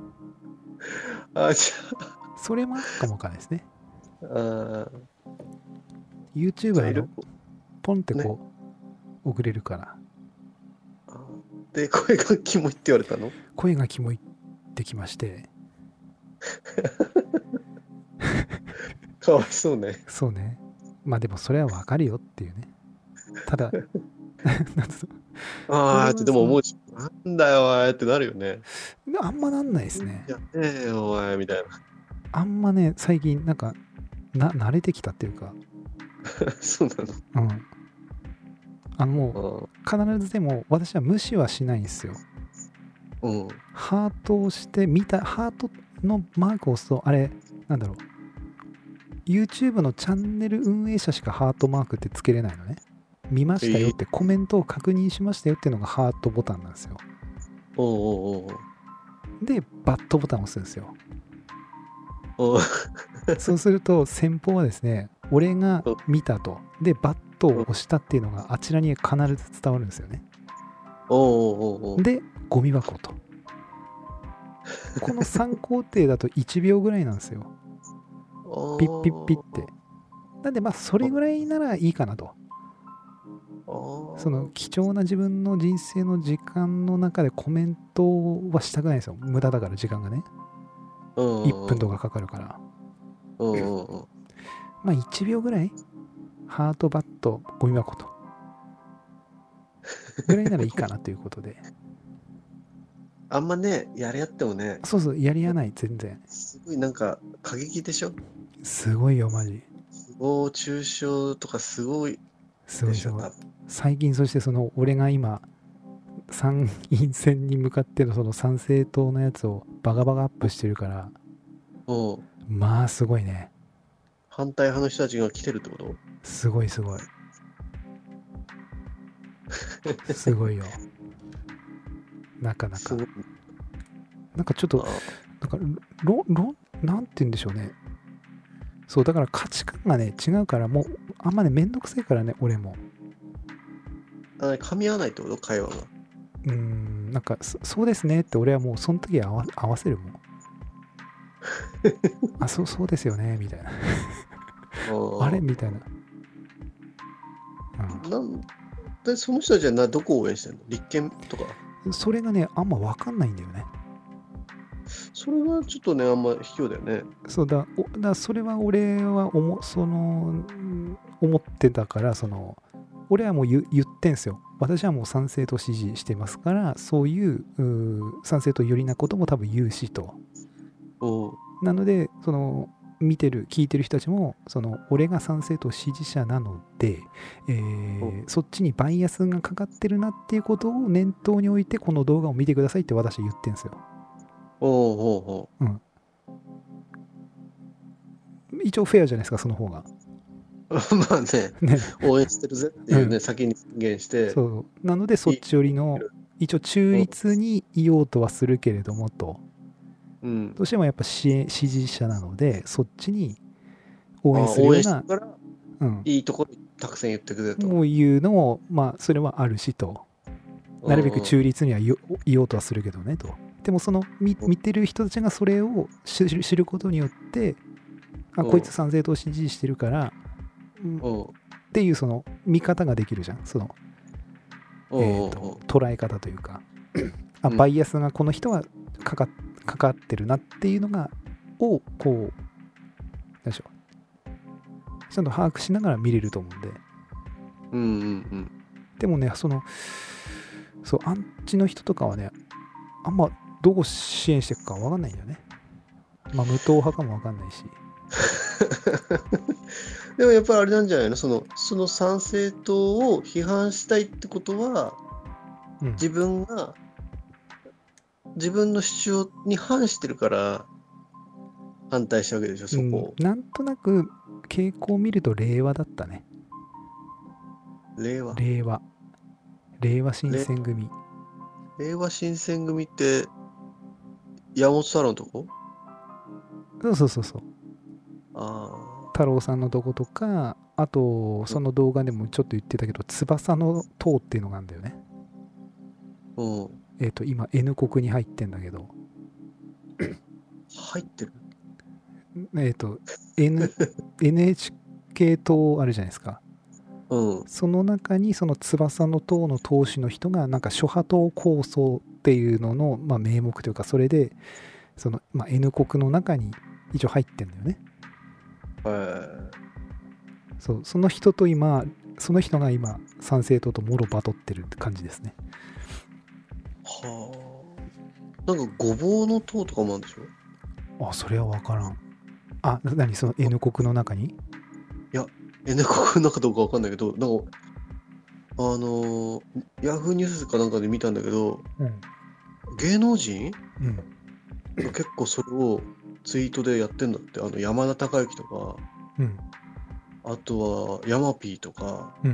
じそれもあるかもわかんないですね。 ゃあ、 YouTube じゃあはポンってこう、送れるから。 で、声がキモいって言われたの？ 声がキモいってきまして。 かわいそうね。 そうね。まあでもそれはわかるよっていうね。ただ、なんつうのでも思うし、 なんだよ、おいってなるよね。 あんまなんないですね。 やねえよ、おいみたいあんまね、最近なんか慣れてきたっていうか、 な。そうなうん。もの。 う必ずでも私は無視はしないんですよ。 うん。 ハートをしてハートのマークを押すと、あれ、なんだろう。YouTube のチャンネル運営者しかハートマークってつけれないのね。見ましたよってコメントを確認しましたよっていうのがハートボタンなんですよ。 おうおうで、バットボタンを押すんですよ。 おうおう。 そうすると先方はですね、俺がおう見たと。で、バットを押したっていうのがあちらに必ず伝わるんですよね。 おうおうおう。 で、ゴミ箱と。この3工程だと1秒ぐらいなんですよ。ピッピッピッって。なんでまあそれぐらいならいいかなと。その貴重な自分の人生の時間の中でコメントはしたくないですよ。無駄だから時間がね。1分とかかかるから。まあ1秒ぐらいハートバットゴミ箱と。ぐらいならいいかなということで。 あんまね、やり合ってもね、 そうそう、やりやない全然。 すごいなんか過激でしょ。 すごいよ、マジ。 誹謗中傷とかすごいでしょ、 すごいすごい。 多分。 最近そしてその俺が今参院選に向かってのその参政党のやつをバカバカアップしてるから、 うん。 まあすごいね。 反対派の人たちが来てるってこと？ すごいすごい。すごいよ。なかなか。 すごい。 なんかちょっと、なんかなんて言うんでしょうね。そう、だから価値観がね、違うから、もう、あんまね、めんどくさいからね、俺も。 噛み合わないってこと？会話が。 なんかそうですねって俺はもうその時合わせるもん。あ、そうですよね、みたいな。あれみたいな。 なんで、その人たちはどこを応援してんの？立憲とか。 それがね、あんま分かんないんだよね。 それはちょっとね、あんま卑怯だよね。 そうだ、それは俺は思ってたから、俺はもう言ってんすよ。私はもう賛成と支持してますから、そういう賛成と有利なことも多分言うしと。なので、聞いてる人たちも、俺が賛成と支持者なので、そっちにバイアスがかかってるなっていうことを念頭に置いて、この動画を見てくださいって私は言ってんすよ。一応フェアじゃないですか、その方が。 まあね、 ね。 応援してるぜっていうね、先に宣言して。 そう。なので、そっち寄りの、一応中立にいようとはするけれどもと。どうしてもやっぱ支持者なので、そっちに応援するような、 いいところたくさん言ってくれと。 もう言うのも、まあ、それはあるしと。なるべく中立には言おうとはするけどねと。でも見てる人たちがそれを知ることによって、こいつ賛成党支持してるから、っていう見方ができるじゃん。捉え方というか、バイアスがこの人はかかってるなっていうのが、こう、なんでしょう。ちゃんと把握しながら見れると思うんで。でもね、アンチの人とかはね、あんまどう支援していくか分かんないんだよね。まあ、無党派かも分かんないし。 でもやっぱりあれなんじゃないの？その参政党を批判したいってことは、自分が自分の主張に反してるから反対したわけでしょ、そこを。 なんとなく傾向を見ると令和だったね。令和新選組。 令和新選組って山本太郎のとこ？ そう。太郎さんのとことか、あとその動画でもちょっと言ってたけど、翼の塔っていうのがあるんだよね。今 N 国に入ってんだけど。 入ってる NHK 党あるじゃないですか。その中にその翼の塔の党首の人がなんか諸派党構想っていうのの、名目というか、それでN 国の中に一応入ってんだよね。その人が今参政党ともろバトってるって感じですね。 はあ。なんかごぼうの塔とかもあるんでしょ？ あ、それは分からん。あ、何その N 国の中に？ いや、N 国の中どうかわかんないけど、なんか、ヤフーニュースかなんかで見たんだけど、 うん。 芸能人うん。 が結構それをツイートでやってんだって。山田孝之とか、 うん。 あとはヤマピーとか、 うん。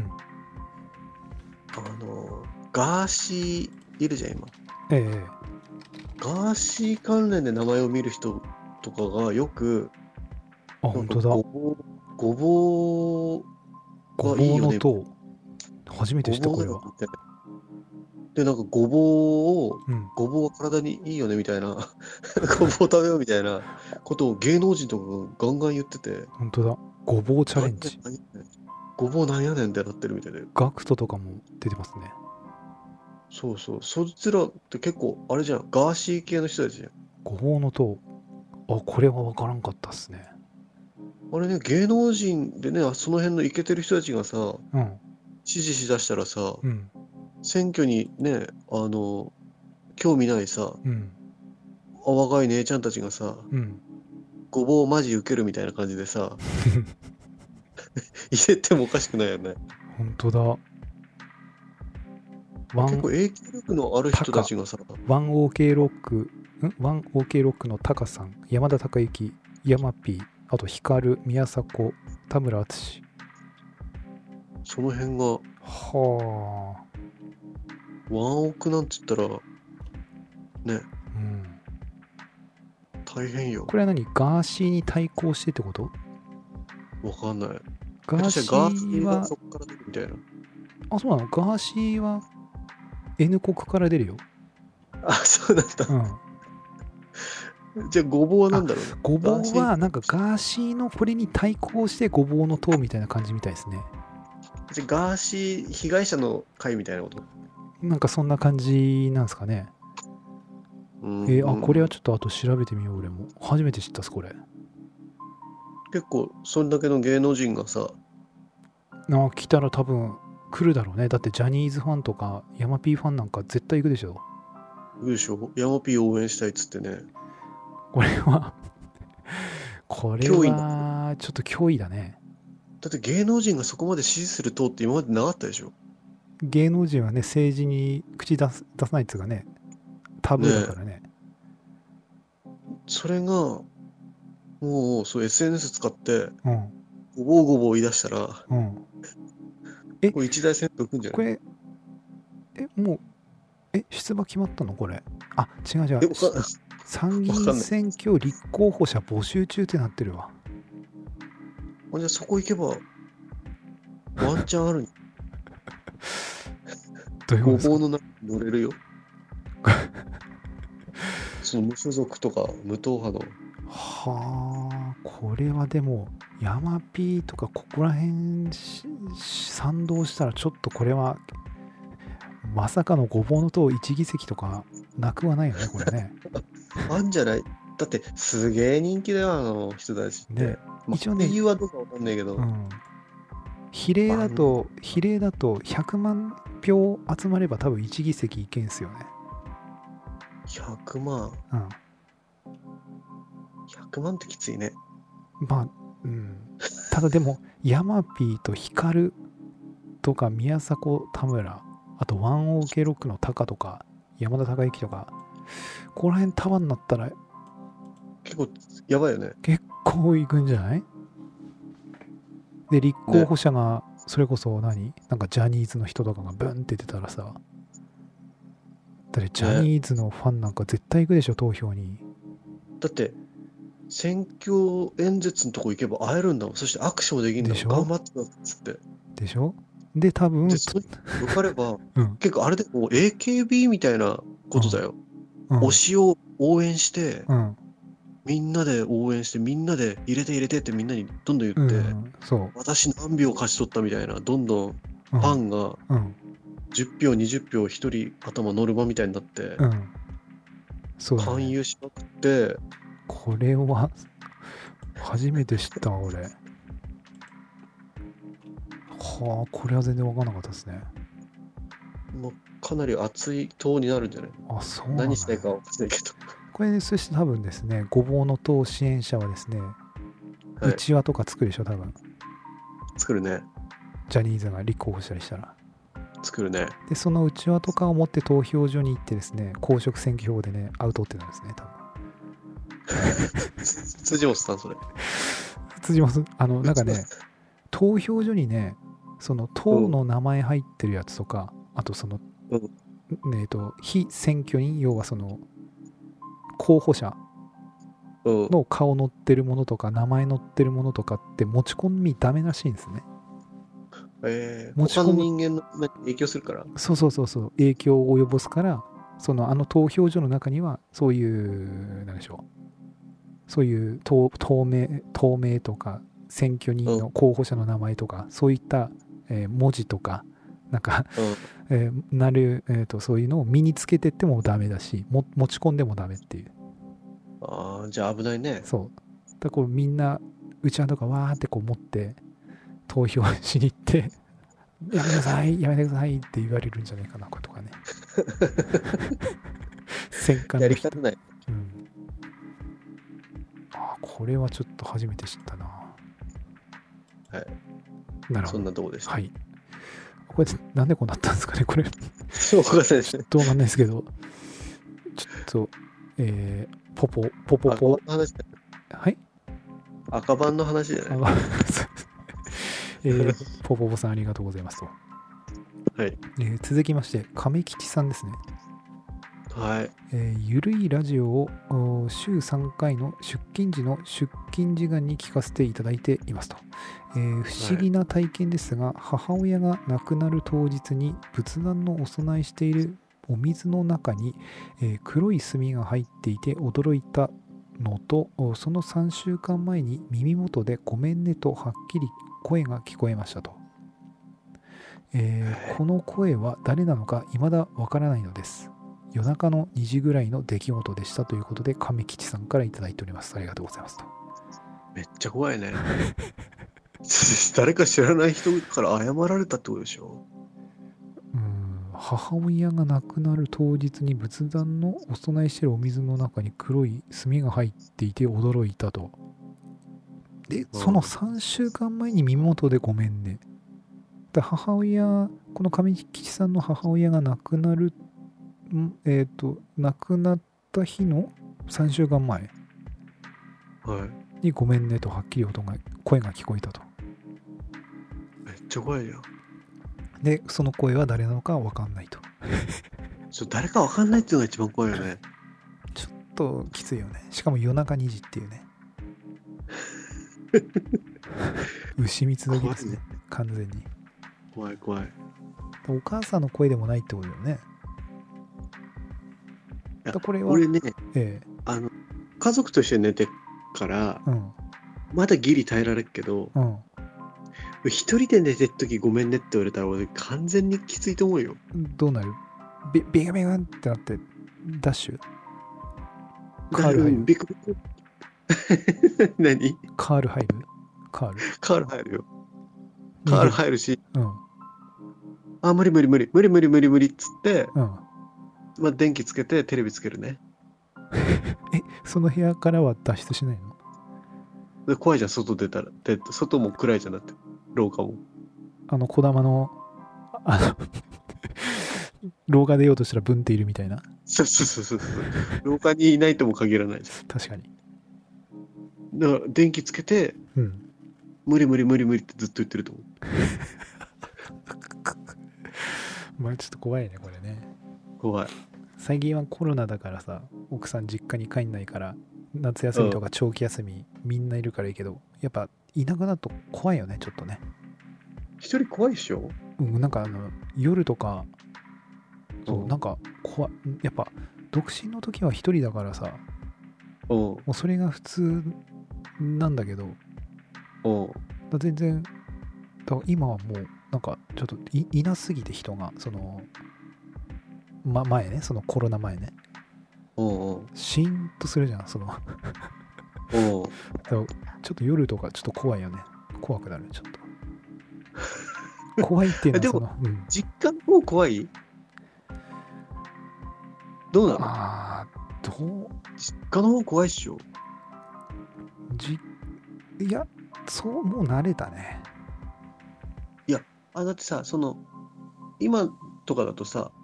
ガーシーいるじゃん、今。 ええ。 ガーシー関連で名前を見る人とかがよく、 あ、 なんか本当だ。 ごぼうごがいいよね、 ぼうの塔。初めて知った、 ごぼうこれは。 だよみたいな。で、なんかごうん。 ぼうは体にいいよねみたいな、ごぼう食べようみたいなことを芸能人とかがガンガン言ってて、 本当だ。ごぼうチャレンジ。 何やねんごぼうなんやねんってなってるみたいで。 ガクトとかも出てますね。 そうそう、そいつらって結構、あれじゃん、ガーシー系の人たちじゃん。 ごぼうの塔。あ、これは分からんかったっすね。 あれね、芸能人でね、その辺のイケてる人たちがさ、 うん。 支持しだしたらさ、 うん。 選挙にね、興味ないさ、 うん。 若い姉ちゃんたちがさ、 うん。 ごぼうマジ受けるみたいな感じでさ、入れてもおかしくないよね。 本当だ。ワン、 結構影響力のあるタカ。 人たちがさ、 ワン OK ロック、ワン OK ロックのタカさん、山田孝之、ヤマピー、あとヒカル、宮迫、田村淳。 その辺がはあ。 ワンオクなんて言ったら、ね、 うん。 大変よ。 これは何？ガーシーに対抗してってこと？ わかんない。 ガーシ下手したらガーシーがーは、 そっから出るみたいな。 あ、そうなの？ガーシーは N 国から出るよ。 あ、そうなんだ。 うん。 じゃあ、ごぼうはなあ、 んだろうね。 ごぼガーシーにうはなんかガーシーのこれに対抗してごぼうの塔みたいな感じみたいですね。 じゃあガーシー被害者の会みたいなこと？ なんかそんな感じなんですかね。あ、これはちょっと後調べてみよう、俺も。初めて知ったっす、これ。 結構、そんだけの芸能人がさ、 来たら多分来るだろうね。だってジャニーズファンとかヤマピーファンなんか絶対行くでしょ。 言うでしょ？ヤマピーを応援したいっつってね。 これはこれ脅威な。 はちょっと脅威だね。 だって芸能人がそこまで支持する党って今までなかったでしょ？ 芸能人はね、政治に口出さないっつうかね、タブーだねえ。 からね。 それが、もう、そう SNS 使って、 うん。 ごぼうごぼう言い出したら、 うん。え、 これ一大戦争来るんじゃない？ これ、もう、出馬決まったのこれ？あ、違う違う。 わか参議院わかんない。 選挙立候補者募集中ってなってるわ。 じゃあそこ行けば、ワンチャンあるん？ どういうことですか？ ごぼうの中に乗れるよ。その無所属とか無党派の。 はあ、これはでも、ヤマピーとかここら辺賛同したらちょっとこれは、まさかのごぼうの塔1議席とかなくはないよね、これね。 あんじゃない？だってすげえ人気だよ、あの人たちって。 ね、一応ね、 理由はどうかわかんないけど。 うん、比例だと100万票集まれば多分1議席いけんすよね。 100万。 うん。 100万ってきついね。 まあ、うん。ただでも、ヤマピーとヒカルとか宮迫田村、あとワンオーケーロックのタカとか、山田孝之とか、ここら辺束になったら結構やばいよね。 結構いくんじゃない？で、立候補者が、それこそなんかジャニーズの人とかがブンって出たらさ、だってジャニーズのファンなんか絶対行くでしょ、投票に。 だって、選挙演説のとこ行けば会えるんだもん。そして握手もできるんだもん。 でしょ？ 頑張ってたっつって。 でしょ？で、多分、 で、それ受かれば、 うん、 結構あれでも AKB みたいなことだよ。 うん、 推しを応援して、 うん、 みんなで応援して、みんなで入れてってみんなにどんどん言うって、 ん、そ私何票勝ち取ったみたいな、どんどんう、うファん、 ンがうん、 10票、20票、1人頭ノルマみたいになって、 うん、そうだ勧ね。 誘しまくって、 これは、初めて知ったわ、俺。はあ、これは全然わかんなかったですね。 もうかなり熱い党になるんじゃないの？ あ、そうなんだね。 何したいかは分かんないけど。 これ、そして多分ですね、ごぼうの党支援者はですね、 はいうちわとか作るでしょ、多分。 作るね。 ジャニーズが立候補したりしたら。 作るね。 で、そのうちわとかを持って投票所に行ってですね、公職選挙法でね、アウトってなるんですね、多分。 辻本さん、それ。 辻本、なんかね、投票所にね、その党の名前入ってるやつとか、あとその、非選挙人、要はその、候補者の顔載ってるものとか、名前載ってるものとかって持ち込みダメらしいんですね。 他の人間の影響するから。 そう、影響を及ぼすから、投票所の中には、そういう、なんでしょう。そういう透明とか、選挙人の候補者の名前とか、そういった、文字とか、なんか、そういうのを身につけてってもダメだし、持ち込んでもダメっていう。 ああ、じゃあ危ないね。 そう。だからみんな、うちわとかわーってこう持って、投票しに行って、やめなさい、やめてくださいって言われるんじゃないかな、とかね。戦艦の人。 やり方ない。 これはちょっと初めて知ったな。 はい。 なるほど。 そんなとこでした。 はい。これ、なんでこうなったんですかね、これ。 そうかですね。 どうなんないですけど、ちょっと、ポポ。はい。 赤番の話じゃない？ ポポさんありがとうございますと。 はい。 続きまして、亀吉さんですね。 はい。 ゆるいラジオを週3回の出勤時の出勤時間に聞かせていただいていますと。不思議な体験ですが、母親が亡くなる当日に仏壇のお供えしているお水の中に、黒い墨が入っていて驚いたのと、その3週間前に耳元でごめんねとはっきり声が聞こえましたと。この声は誰なのか未だわからないのです。夜中の2時ぐらいの出来事でしたということで、亀吉さんからいただいております。ありがとうございますと。 めっちゃ怖いね。誰か知らない人から謝られたってことでしょ？ 母親が亡くなる当日に仏壇のお供えしているお水の中に黒い墨が入っていて驚いたと。で、その3週間前に身元でごめんね。母親、この亀吉さんの母親が亡くなる、亡くなった日の3週間前にごめんねとはっきり声が聞こえたと。 めっちゃ怖いよ。 で、その声は誰なのか分かんないと。 誰か分かんないっていうのが一番怖いよね。 ちょっときついよね。しかも夜中2時っていうね。牛蜜時ですね。完全に。 怖い。 お母さんの声でもないってことだよね。これは俺ね、家族と一緒に寝てから、まだギリ耐えられるけど、一人で寝てるときごめんねって言われたら俺完全にきついと思うよ。 どうなる？ビガビガンってなってダッシュ？カール入る？ ビクビク何？ カール入る？カール入るよ。カール入るし、無理っつって、電気つけてテレビつけるね。 その部屋からは脱出しないの？怖いじゃん、外出たら。外も暗いじゃん、だって。廊下も。 小玉の、廊下出ようとしたらブンっているみたいな。 そう。廊下にいないとも限らないじゃん。 確かに。 だから、電気つけて、無理ってずっと言ってると思う。 まあちょっと怖いね、これね。 怖い。 最近はコロナだからさ、奥さん実家に帰んないから、夏休みとか長期休み、みんないるからいいけど、やっぱいなくなると怖いよね、ちょっとね。 一人怖いっしょ？ なんか夜とか、なんか怖い。やっぱ独身の時は一人だからさ、もうそれが普通なんだけど、全然、今はもうなんかちょっと いなすぎて人が、前ね、そのコロナ前ね。シーンとするじゃん、ちょっと夜とかちょっと怖いよね。怖くなる、ちょっと。怖いっていうのはでも、実家の方怖い？ どうなの？実家の方怖いっしょ？ いや、もう慣れたね。 いや、だってさ、今とかだとさ、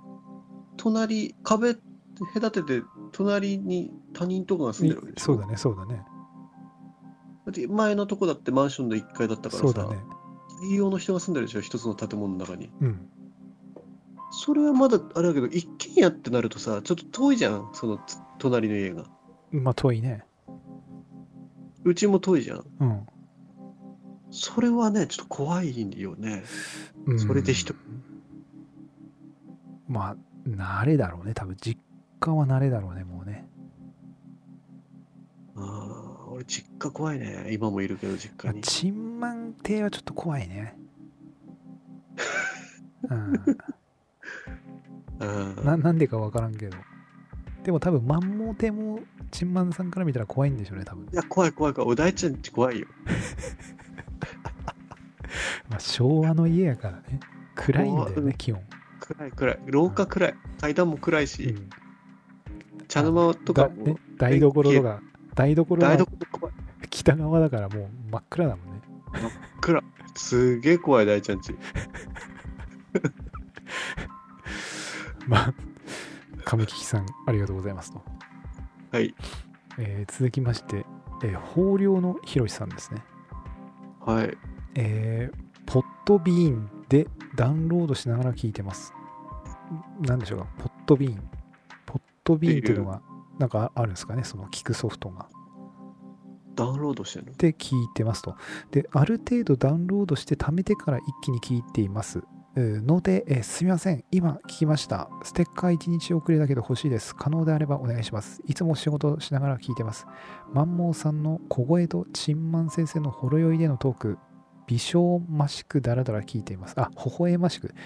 壁隔てて、隣に他人とかが住んでるわけでしょ？ そうだね、そうだね。 だって前のとこだってマンションの1階だったからさ、 そうだね。 大量の人が住んでるでしょ、一つの建物の中に。 うん。 それはまだあれだけど、一軒家ってなるとさ、ちょっと遠いじゃん、隣の家が。 まあ遠いね。 うちも遠いじゃん。 うん。 それはね、ちょっと怖いよね。それでまあ、慣れだろうね。多分、実家は慣れだろうね、もうね。 俺、実家怖いね。今もいるけど、実家に。 チンマン亭はちょっと怖いね。なんでかわからんけど。でも多分、マンモ亭も、チンマンさんから見たら怖いんでしょうね、多分。 いや、怖い。お大ちゃんち怖いよ。 まあ、昭和の家やからね。暗いんだよね、基本。 暗い。廊下暗い。階段も暗いし、茶の間とかも。 台所とか、台所が怖い。 北側だからもう真っ暗だもんね。 真っ暗。すげえ怖い、大ちゃんち。 まあ、亀吉さん、ありがとうございますと。 はい。 続きまして、豊漁のひろしさんですね。 はい。 ポッドビーンでダウンロードしながら聞いてます。なんでしょうか、ポッドビーンっていうのがなんかあるんですかね、その聞くソフトが。 ダウンロードしてるの？ で聞いてますと。で、ある程度ダウンロードして貯めてから一気に聞いていますので、すみません、今聞きました。ステッカー1日遅れだけど欲しいです。可能であればお願いします。いつも仕事しながら聞いてます。マンモーさんの小声とチンマン先生のほろ酔いでのトーク、微笑ましくダラダラ聞いています。微笑ましく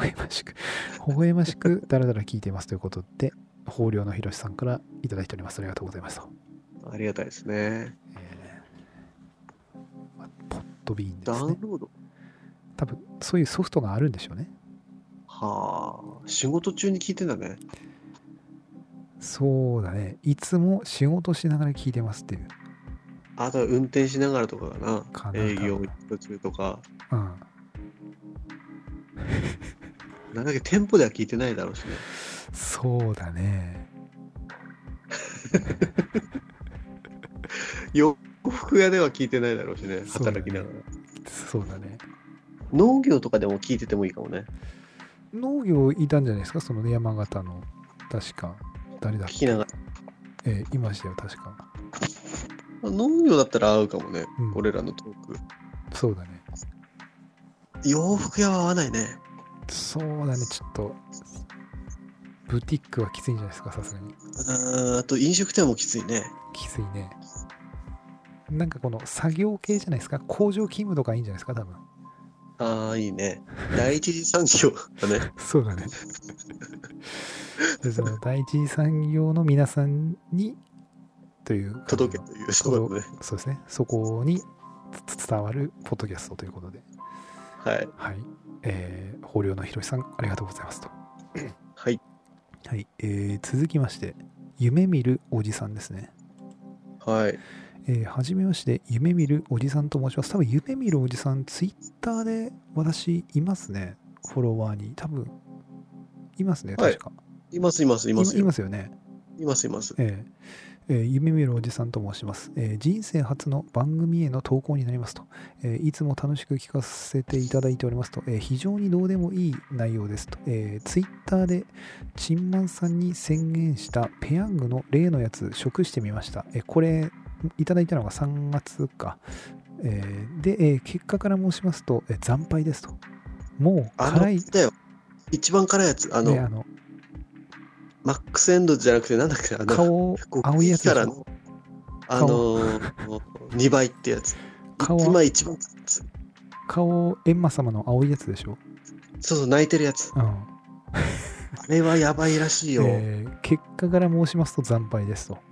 ダラダラ聞いていますということで、豊漁のひろしさんからいただいております。ありがとうございます。 ありがたいですね。 ポッドビーンですね。 ダウンロード？ 多分そういうソフトがあるんでしょうね。 はあ、仕事中に聞いてんだね。 そうだね。いつも仕事しながら聞いてますっていう。 あとは運転しながらとかかな。営業途中とか。なんだっけ、店舗では聞いてないだろうしね。 そうだね。 洋服屋では聞いてないだろうしね。働きながら。 そうだね。 農業とかでも聞いててもいいかもね。 農業いたんじゃないですか、その山形の。確か。誰だっけ？ 聞きながら。 いましたよ、確か。 農業だったら合うかもね。俺らのトーク。 そうだね。 洋服屋は合わないね。 そうだね、ちょっと。ブティックはきついんじゃないですか、さすがに。 あと飲食店もきついね。 きついね。なんかこの作業系じゃないですか。工場勤務とかいいんじゃないですか、多分。 ああ、いいね。第一次産業だね。 そうだね。で、その第一次産業の皆さんにという届けという、そうだね。 そうですね。そこに伝わるポッドキャストということで。 はい。 はい。豊漁のひろしさん、ありがとうございますと。 はい。 はい。続きまして、夢見るおじさんですね。 はい。 はじめまして、夢見るおじさんと申します。多分、夢見るおじさん、ツイッターで私いますね。フォロワーに。多分、いますね、確か。 いますよね。います。 夢見るおじさんと申します。人生初の番組への投稿になりますと。いつも楽しく聞かせていただいておりますと。非常にどうでもいい内容ですと。ツイッターでチンマンさんに宣言したペヤングの例のやつ、食してみました。これ、いただいたのが3月か。で、結果から申しますと、惨敗ですと。もう辛い。 だよ。一番辛いやつ。マックスエンドじゃなくて、なんだっけ、 顔、青いやつでしょ。 2倍ってやつ。今一番顔、エンマ様の青いやつでしょ。 そう、泣いてるやつ。あれはやばいらしいよ。 結果から申しますと惨敗ですと。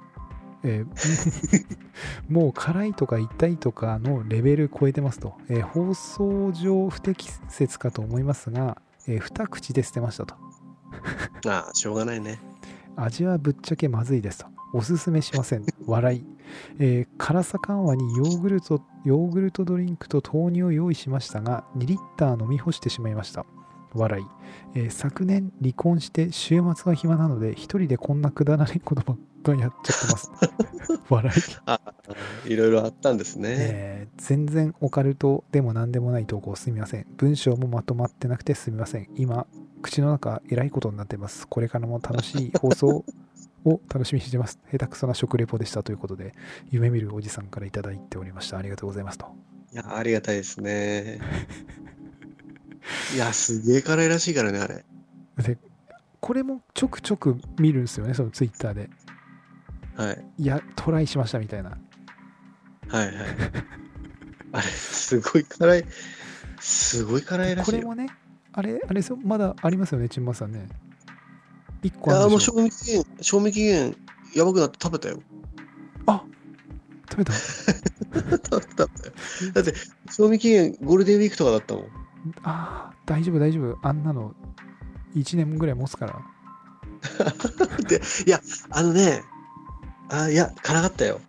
もう辛いとか痛いとかのレベル超えてますと。放送上不適切かと思いますが、二口で捨てましたと。 ああ、しょうがないね。 味はぶっちゃけまずいですと。おすすめしません。笑い。辛さ緩和にヨーグルトドリンクと豆乳を用意しましたが、2リッター飲み干してしまいました。笑い。昨年離婚して週末は暇なので、一人でこんなくだらないことばっかやっちゃってます。笑い。 ああ、いろいろあったんですね。 全然オカルトでも何でもない投稿すみません。文章もまとまってなくてすみません。今、口の中えらいことになってます。これからも楽しい放送を楽しみにしてます。下手くそな食レポでしたということで、夢見るおじさんからいただいておりました。ありがとうございますと。 いや、ありがたいですね。いや、すげえ辛いらしいからね、あれ。 で、これもちょくちょく見るんですよね、そのツイッターで。 はい。 いや、トライしましたみたいな。 はいはい。あれ、すごい辛い。すごい辛で、 いらしいよ。 これもね、あれですよ、まだありますよね、ちんまさんね。1 いや、もう個あるんでしょ。 賞味期限、やばくなって食べたよ。 あ、食べた。 食べたよ。だって、賞味期限ゴールデンウィークとかだったもん。 大丈夫、大丈夫。あんなの1年ぐらい持つから。 で、いや、あのね、いや、辛かったよ。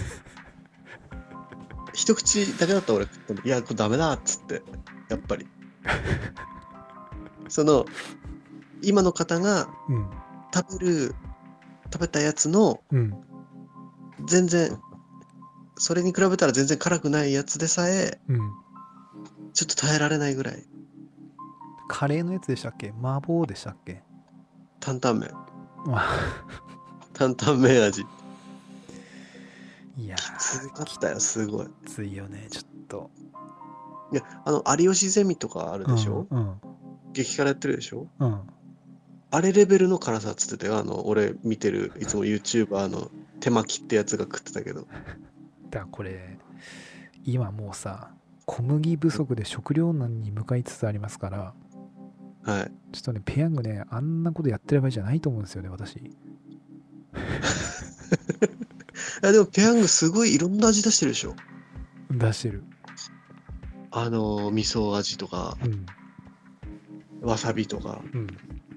一口だけだった俺食ったの。いや、これダメだっつって。やっぱり。その、今の方がうん、 食べたやつの、 うん、 全然、それに比べたら全然辛くないやつでさえ、 うん。 ちょっと耐えられないぐらい。 カレーのやつでしたっけ？麻婆でしたっけ？ 担々麺。 まあ、 担々麺味。 いやきつかっー、 たよ、すごい。 きついよね、ちょっと。 いや、有吉ゼミとかあるうん、 でしょ？ うん、 激辛やってるでしょ？ うん。 あれレベルの辛さっつってたよ。俺見てる、いつも YouTuber の手巻きってやつが食ってたけど。 だからこれ、今もうさ、小麦不足で食糧難に向かいつつありますから、 はい。 ちょっとね、ペヤングね、あんなことやってる場合じゃないと思うんですよね、私。 いや、でもペヤングすごいいろんな味出してるでしょ？ 出してる。 味噌味とか、 うん、 わさびとか。 うん。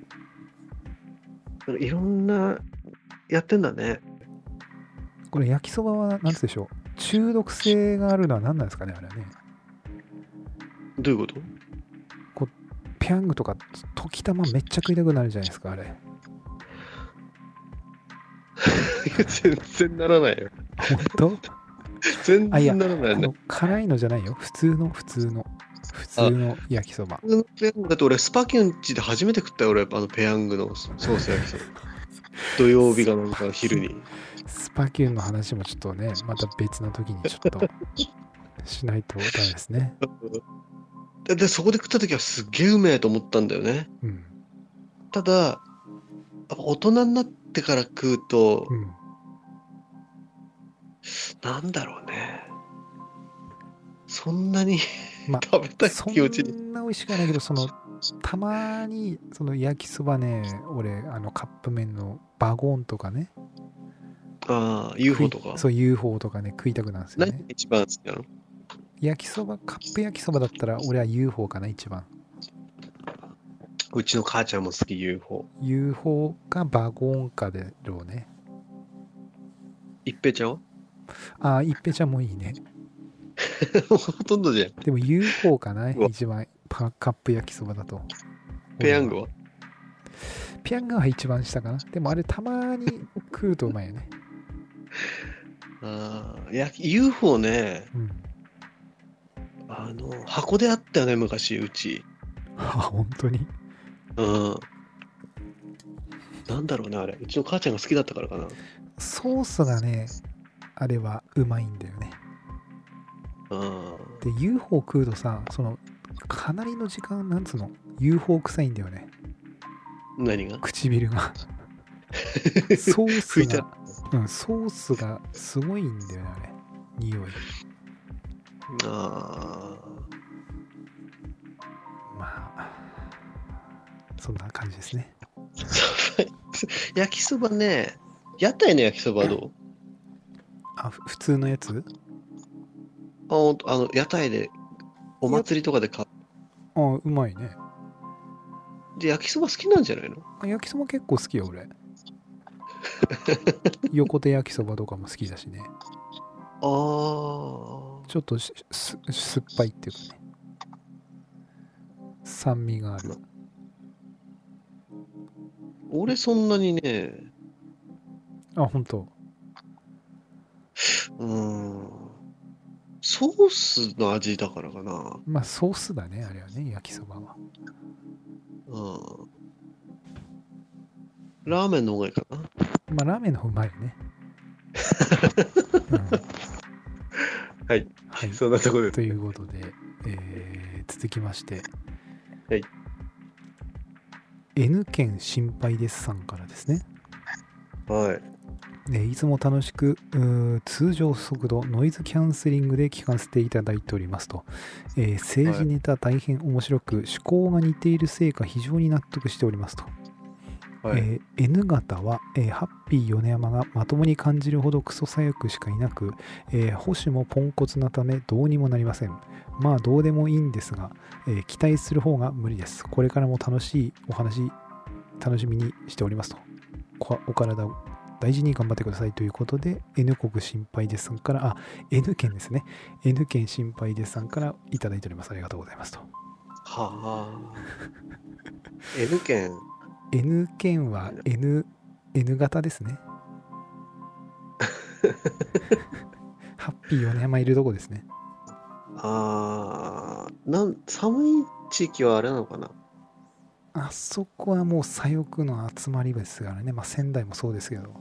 いろんな、やってんだね。 これ焼きそばは何つでしょう。中毒性があるのは何なんですかね、あれはね。 どういうこと？ こう、ペヤングとか、溶き卵めっちゃ食いたくなるじゃないですか、あれ。 全然ならないよ。 本当？ 全いや、 然ならないね。 辛いのじゃないよ。普通の焼きそば。 ペヤングだって俺、スパキュンチで初めて食ったよ、俺、ペヤングのソース焼きそば。土曜日かなんか昼に。 スパキュンの話もちょっとね、また別の時にちょっとしないとダメですね。 で、そこで食った時はすっげえうめえと思ったんだよね。 うん。 ただ、やっぱ大人になってから食うと、 うん。 なんだろうね。そんなにまあ、 食べたいそ気持ちに。 んな美味しくはないけど、たまに、焼きそばね、俺、カップ麺のバゴンとかね、 UFO とか。 そう、UFO とかね、食いたくなるんですよね。 何が一番好きなの？ 焼きそば、カップ焼きそばだったら、俺は UFO かな、一番。 うちの母ちゃんも好き、UFO。 UFO かバゴンかでろうね。 一平ちゃん一平ちゃんもいいね。 はほとんどじゃん。 でも UFO かな、 うわ一番。カップ焼きそばだと。 ペヤングは？ ペヤングは一番下かな。でもあれたまに食うとうまいよね。 UFO ね、 うん。 箱であったよね、昔、うち。 本当に。 うん。なんだろうね、あれ。うちの母ちゃんが好きだったからかな。 ソースがね、あれはうまいんだよね。 うん。 で、UFO 食うとさ、かなりの時間、なんつうの、UFO 臭いんだよね。 何が？ 唇が。ソース拭いてあが、ソースがすごいんだよね、あれ。匂い。 あまあ、そんな感じですね。 ー焼きそばね、屋台の焼きそばはどう？ 普通のやつ？ ほんと屋台で、お祭りとかで買う。 うまいね。 で、焼きそば好きなんじゃないの？ 焼きそば結構好きよ、俺。横手焼きそばとかも好きだしね。 ああ。 ちょっと酸っぱいっていうかね。酸味がある。 俺そんなにね、 あ、本当。 ソースの味だからかな。 まあ、ソースだね、あれはね、焼きそばは。 うん。ラーメンの方がいいかな。 まあ、ラーメンの方うまいよね。うん、 はい。 はい。 そんなところです。 ということで、続きまして、 はい。 N 県心配ですさんからですね。 はい。 いつも楽しく通常速度ノイズキャンセリングで聞かせていただいておりますと、政治ネタ大変面白く趣向が似ているせいか非常に納得しておりますと、 はい。 N 型は、ハッピー米山がまともに感じるほどクソ左翼しかいなく、保守もポンコツなためどうにもなりません。まあどうでもいいんですが、期待する方が無理です。これからも楽しいお話楽しみにしておりますと、お体を大事に頑張ってくださいということで、N 国心配ですさんから、N 県ですね。N 県心配ですさんからいただいております。ありがとうございますと。 はあ。N 県。 N 県は N 型ですね。ハッピー米山いるとこですね。 寒い地域はあれなのかな？ あそこはもう左翼の集まりですからね。まあ仙台もそうですけど。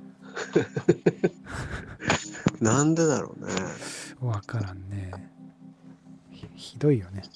なんでだろうね。 わからんね。ひどいよね。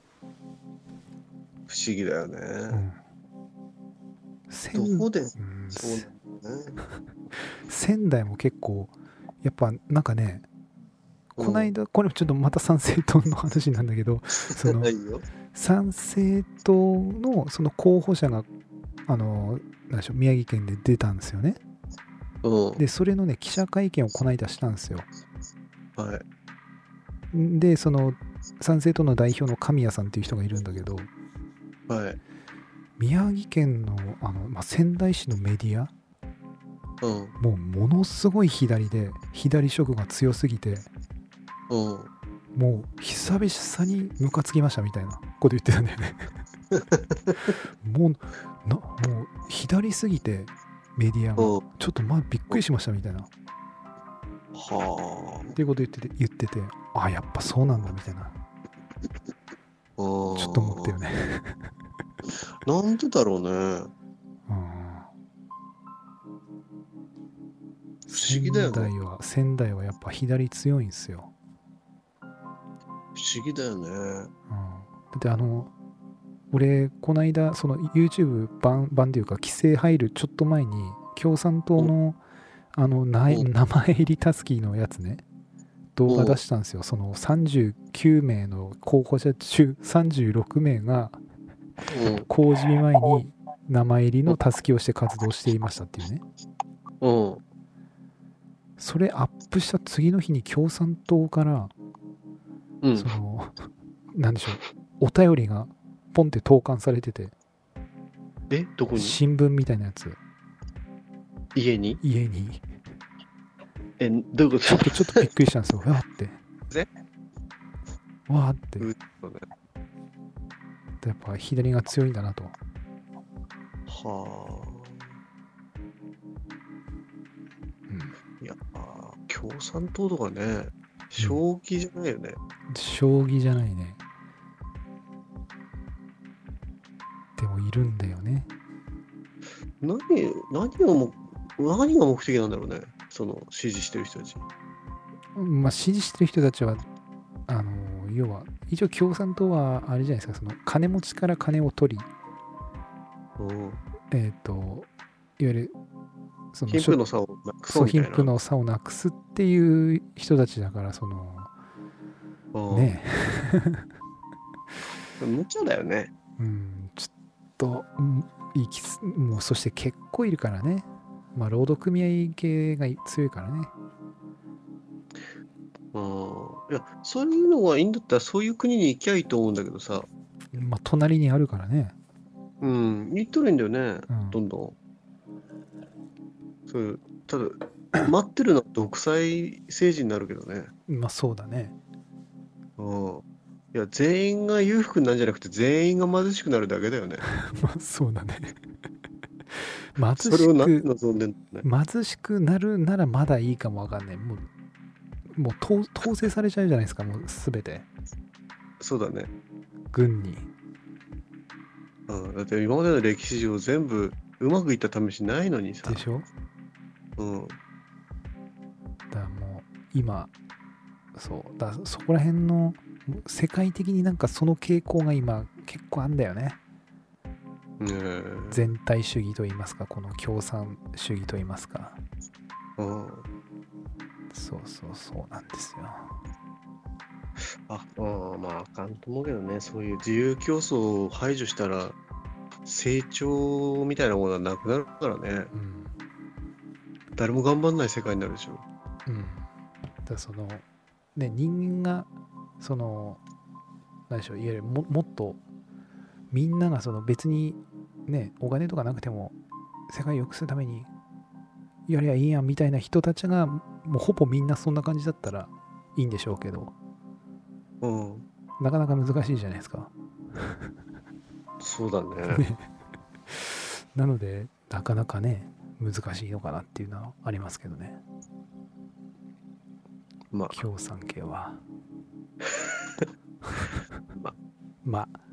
不思議だようね。 ん。 どこでうん、 そうなんだね。 仙台も結構、やっぱなんかね、このうん。 間、これちょっとまた参政党の話なんだけど、そのないよ。 参政党のその候補者が、なんでしょう、宮城県で出たんですよね。 うん。 で、それのね、記者会見をこの間したんですよ。 はい。 で、その参政党の代表の神谷さんっていう人がいるんだけど、 はい。 宮城県の、仙台市のメディア、 うん。 もうものすごい左で、左色が強すぎて、 うん。 もう久々にムカつきましたみたいなこと言ってたんだよね。もう左すぎてメディアがうん。 ちょっとびっくりしましたみたいなっはていうこと言ってて、あ、やっぱそうなんだみたいな、 あ。 ちょっと思ったよね。 なんでだろうね。 うん、 不思議だよね。 仙台はやっぱ左強いんですよ。 不思議だよね。 うん、だって俺この間その YouTube 版というか規制入るちょっと前に共産党の名うん。 前入りタスキーのやつね、動画出うん。 したんですよ。その39名の候補者中36名がうん。 公示日前に名前入りのたすきをして活動していましたっていうね。 うん。 それアップした次の日に共産党からうん。 そのなんでしょう、お便りがポンって投函されてて、 どこに？ 新聞みたいなやつ、 家に？ 家に。 どういうこと？ ちょっとびっくりしたんですよ。わーって。 ぜわーって。 そうね。 やっぱ左が強いんだなと。 はあ。 うん、 いや共産党とかね、将棋じゃないよね。 将棋じゃないね。でもいるんだよね。 何が目的なんだろうね。その支持してる人たち。 まあ支持してる人たちは要は一応共産党はあれじゃないですか、その金持ちから金を取り、 うん。 いわゆるその貧富の差をなくそそううみたいな。 貧富の差をなくすっていう人たちだから、そのね無茶だよね。 ちょっともうそして結構いるからね。まあ労働組合系が強いからね。 いや、そういうのがいいんだったら、そういう国に行きゃいいと思うんだけどさ。 まあ隣にあるからね。 うん、言ったらいいんだよね、 うん、 どんどん。そういう、ただ、待ってるのは独裁政治になるけどね。 まあそうだね。 うん。いや、全員が裕福になるんじゃなくて、全員が貧しくなるだけだよね。 まあそうだね。貧それをなんでしく、 望んでんのね。 貧しくなるならまだいいかもわかんない。もう統制されちゃうじゃないですか、もうすべて。 そうだね。 軍に。 うん。だって今までの歴史上全部うまくいった試しないのにさ。 でしょ。 うん。 だからもう、今、そうだ、そこら辺の世界的になんかその傾向が今結構あんだよね。 ねえ。 全体主義といいますか、この共産主義といいますか。 うん。 そうそうそうなんですよ。 まあ、あかんと思うけどね。そういう自由競争を排除したら、成長みたいなものはなくなるからね。 うん。 誰も頑張んない世界になるでしょ。 うん。だその、ね、人間が、その、何でしょう、いわゆるもっと、みんながその別に、ね、お金とかなくても、世界を良くするために、やりゃいいやんみたいな人たちが、もうほぼみんなそんな感じだったらいいんでしょうけど、 うん。 なかなか難しいじゃないですか。 そうだね。 ね。なので、なかなかね、難しいのかなっていうのはありますけどね。 まあ、 共産系は。 まあ、 まあ、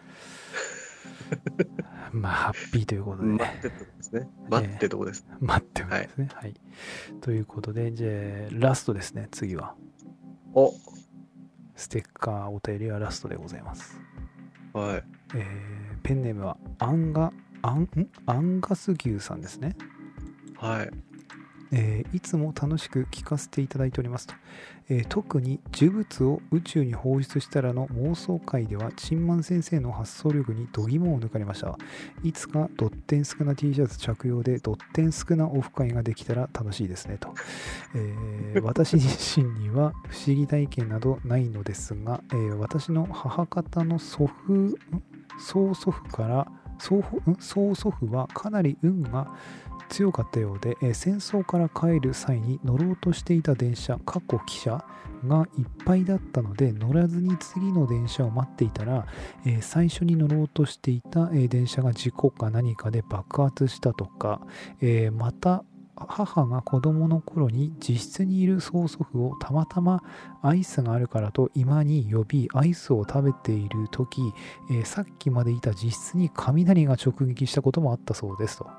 まあ、ハッピーということで、 待ってってとこですね。待ってとこです。 待っておりはい。 ますね。はい。ということで、じゃあ、ラストですね、次は。 お、 ステッカーお便りはラストでございます。 はい。 ペンネームはアンガス牛さんですね。 はい。 いつも楽しく聞かせていただいておりますと、特に呪物を宇宙に放出したらの妄想会ではチンマン先生の発想力に度肝を抜かれました。いつかドッテンスクな T シャツ着用でドッテンスクなオフ会ができたら楽しいですねと、私自身には不思議体験などないのですが、私の母方の曽祖父から曽祖父はかなり運が強かったようで、戦争から帰る際に乗ろうとしていた電車、汽車がいっぱいだったので乗らずに次の電車を待っていたら、最初に乗ろうとしていた、電車が事故か何かで爆発したとか、また母が子供の頃に自室にいる曽祖父をたまたまアイスがあるからと居間に呼びアイスを食べている時、さっきまでいた自室に雷が直撃したこともあったそうですと。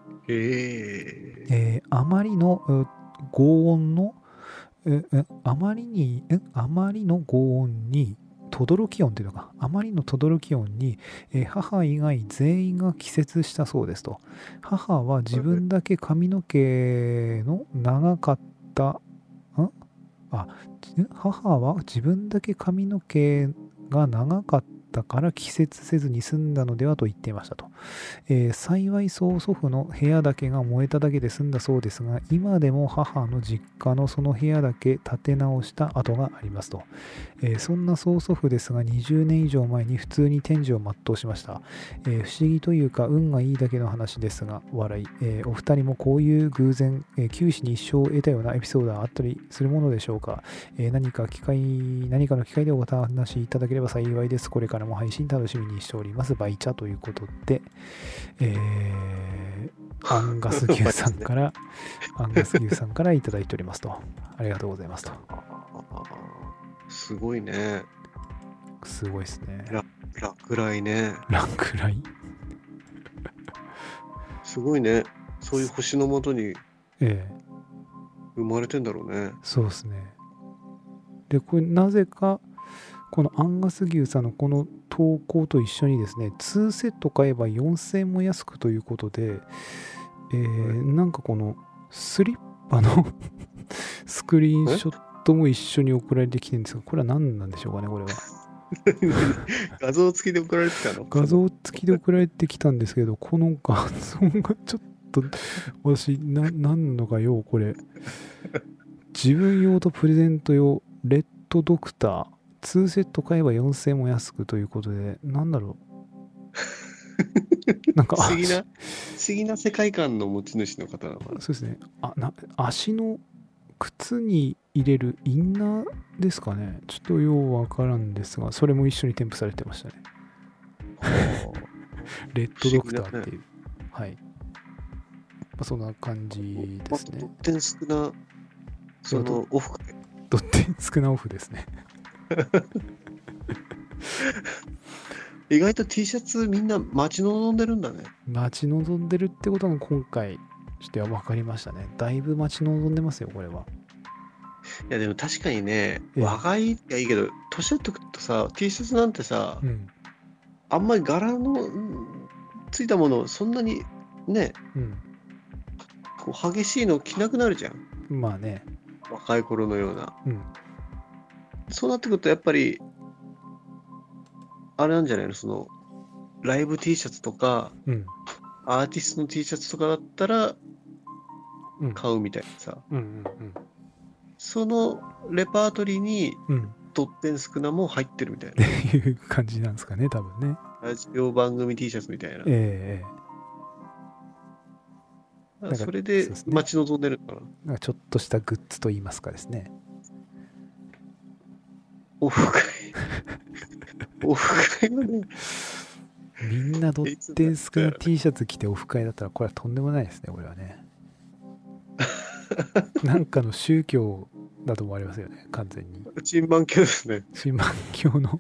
あまりの轟音のあまりの轟音に轟き音というのか、あまりの轟き音に、母以外全員が気絶したそうですと。母は自分だけ髪の毛の長かった、あ、母は自分だけ髪の毛が長かったから気絶せずに済んだのではと言っていましたと。幸い曽祖父の部屋だけが燃えただけで済んだそうですが、今でも母の実家のその部屋だけ建て直した跡がありますと。そんな曽祖父ですが、20年以上前に普通に天寿を全うしました。不思議というか、運がいいだけの話ですが、笑い。お二人もこういう偶然、九死に一生を得たようなエピソードはあったりするものでしょうか。何かの機会でお話しいただければ幸いです。これからも配信楽しみにしております。バイチャということで、アンガス牛さんから、アンガス牛さんからいただいておりますと。ありがとうございますと。 すごいね。 すごいですね。 落雷ね。 落雷。 すごいね。そういう星のもとにええ、 生まれてんだろうね。 そうですね。で、これなぜか、このアンガス牛さんのこの投稿と一緒にですね、2セット買えば4000円も安くということで、なんかこのスリッパのスクリーンショットも一緒に送られてきてるんですが、これは何なんでしょうかね、これは。 画像付きで送られてきたの？ 画像付きで送られてきたんですけど、この画像がちょっと、私、なんのかよ、これ。自分用とプレゼント用、レッドドクター、2セット買えば4000円も安くということで、なんだろなんか不思議な世界観の持ち主の方なのかな。 そうですね。足の靴に入れるインナーですかね。ちょっとようわからんですが、それも一緒に添付されてましたね。レッドドクターっていう。はい。そんな感じですね。 とってん少な、そのオフ会。 とってん少なオフですね。 意外と T シャツみんな待ち望んでるんだね。 待ち望んでるってことが今回、ちょっと分かりましたね。だいぶ待ち望んでますよ、これは。 いやでも確かにね、若いがいいけど、年取ってくるとさ、T シャツなんてさ、あんまり柄のついたもの、そんなにね、こう激しいの着なくなるじゃん。 まあね。 若い頃のような。そうなってくると、やっぱり、あれなんじゃないの、その、ライブ T シャツとか、アーティストの T シャツとかだったら、買うみたいなさ。そのレパートリーに、とってん少なも入ってるみたいな。 いう感じなんですかね、多分ね。 ラジオ番組 T シャツみたいな。それで待ち望んでるのかな。ちょっとしたグッズといいますかですね。 オフ会。オフ会はね。 みんなドッテン少な T シャツ着てオフ会だったら、これはとんでもないですね、これはね。なんかの宗教だと思われますよね、完全に。 チンマン教ですね。 チンマン教の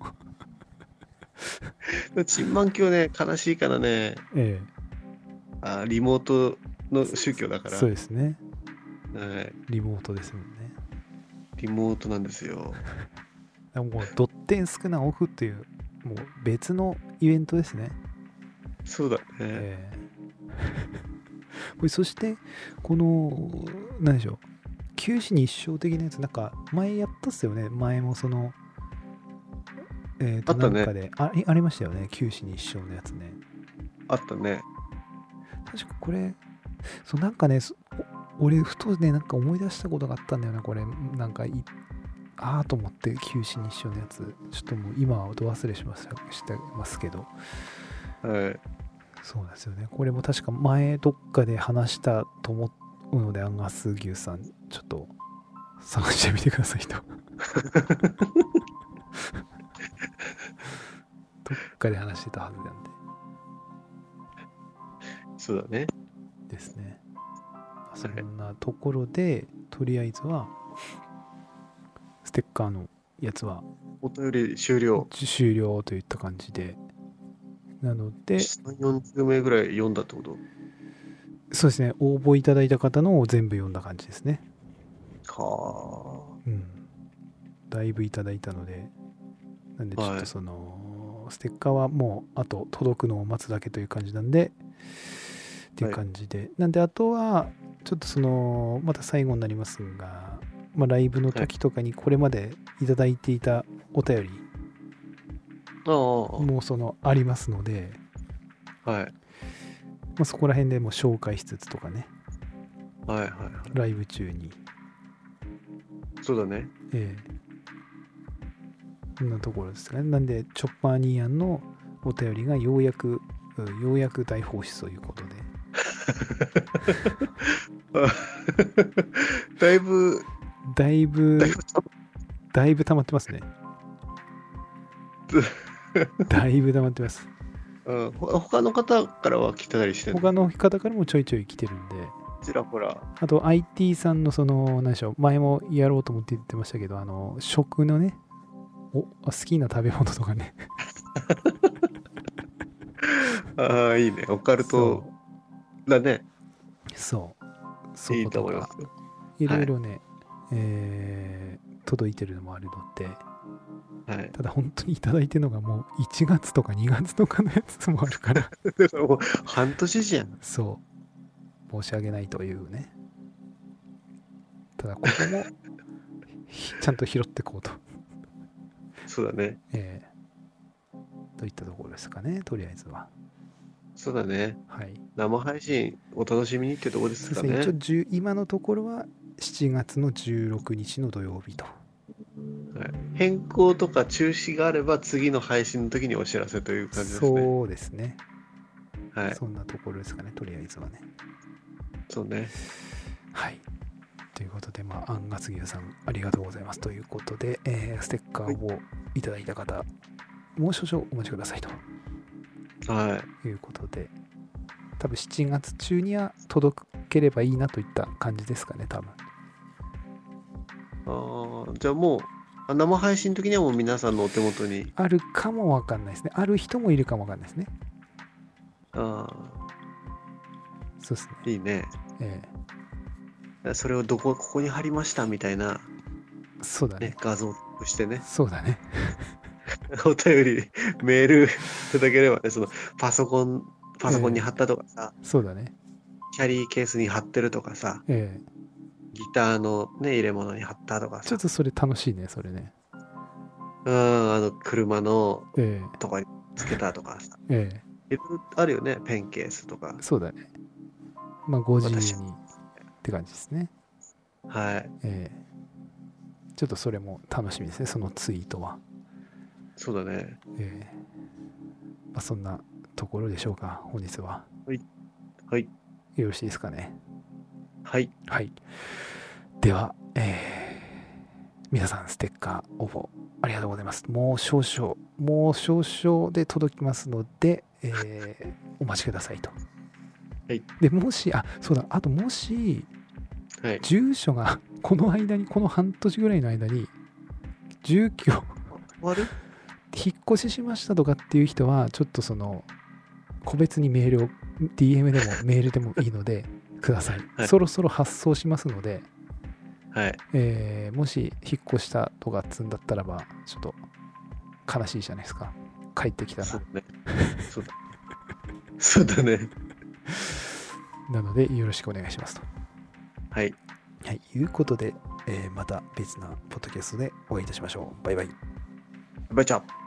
チンマン教ね、悲しいからね。リモートの宗教だから。 そうですね。 はい。 リモートですもんね。 リモートなんですよ。 もうドッテン少なオフという、もう別のイベントですね。 そうだね。 これそして、この、何でしょう。九死に一生的なやつ、なんか前やったっすよね。前もその、 あったね。 なんかでありましたよね。九死に一生のやつね。 あったね。 確かこれ、なんかね、俺、ふとね、なんか思い出したことがあったんだよな、これ。なんかと思って、九死に一生のやつ。ちょっともう今はど忘れしてますけど。 はい。 そうですよね。これも確か前どっかで話したと思うので、アンガス牛さん、ちょっと探してみてくださいと。どっかで話してたはずなんで。 そうだね。 ですね。そんなところで、とりあえずは、ステッカーのやつは、 お便り終了といった感じで。なので、 3、40名ぐらい読んだってこと？ そうですね。応募いただいた方のを全部読んだ感じですね。 はあ。だいぶいただいたので、なんでちょっとその、ステッカーはもうあと届くのを待つだけという感じなんで、っていう感じで。なんであとは、ちょっとその、また最後になりますが、ライブの時とかにこれまでいただいていたお便りもそのありますので、そこら辺でも紹介しつつとかね。ライブ中に。 そうだね。 そんなところですかね。なんで、チョッパーニーヤンのお便りがようやく大放出ということで。だいぶ溜まってますね。だいぶ溜まってます。 他の方からは来てたりしてる？ 他の方からもちょいちょい来てるんで。 ちらほら。 あと IT さんの何でしょう、前もやろうと思って言ってましたけど、食のね、好きな食べ物とかね。 いいね。オカルトだね。 そう。 いいと思いますよ。 いろいろね、届いてるのもあるので、ただ本当にいただいてるのがもう1月とか2月とかのやつもあるから。 もう半年じゃん。 そう。申し訳ないというね。ただここもちゃんと拾っていこうと。 そうだね。 といったところですかね、とりあえずは。 そうだね。 はい。 生配信お楽しみにってところですかね。 一応今のところは7月の16日の土曜日と。 変更とか中止があれば次の配信の時にお知らせという感じですね。 そうですね。 はい。 そんなところですかね、とりあえずはね。 そうね。 はい。ということで、アンガス牛さん、ありがとうございます。ということで、ステッカーをいただいた方、もう少々お待ちくださいとはいうことで、多分7月中には届ければいいなといった感じですかね、多分。 じゃあもう、生配信の時にはもう皆さんのお手元に。 あるかもわかんないですね。ある人もいるかもわかんないですね。 あそうですね。 いいね。 えそれをここに貼りましたみたいな、 そうだね。 画像としてね、 そうだね。 お便り、メールいただければね、そのパソコンに貼ったとかさ、 そうだね。 キャリーケースに貼ってるとかさ、ギターのね、入れ物に貼ったとかさ、 ちょっとそれ楽しいね、それね。 車のとかにつけたとかさ、いろいろあるよね、ペンケースとか。 そうだね。ご自由にって感じですね。 はい。 ちょっとそれも楽しみですね、そのツイートは。 そうだね。 そんなところでしょうか、本日は。 はい。はい。 よろしいですかね。 はい。 はい。では、皆さんステッカー応募ありがとうございます。もう少々で届きますので、お待ちくださいと。 はい。 で、もし、そうだ、あともし、 はい、 住所がこの半年ぐらいの間に、住居引っ越ししましたとかっていう人は、ちょっと個別にメールを、DM でもメールでもいいので、ください。 はい、 そろそろ発送しますので、 はい。 もし引っ越したとかっつんだったらば、ちょっと悲しいじゃないですか。帰ってきたら。 そうね。そうだね。 なので、よろしくお願いしますと。 はい。 はい、いうことで、また別なポッドキャストでお会いいたしましょう。バイバイ。 バイチャー。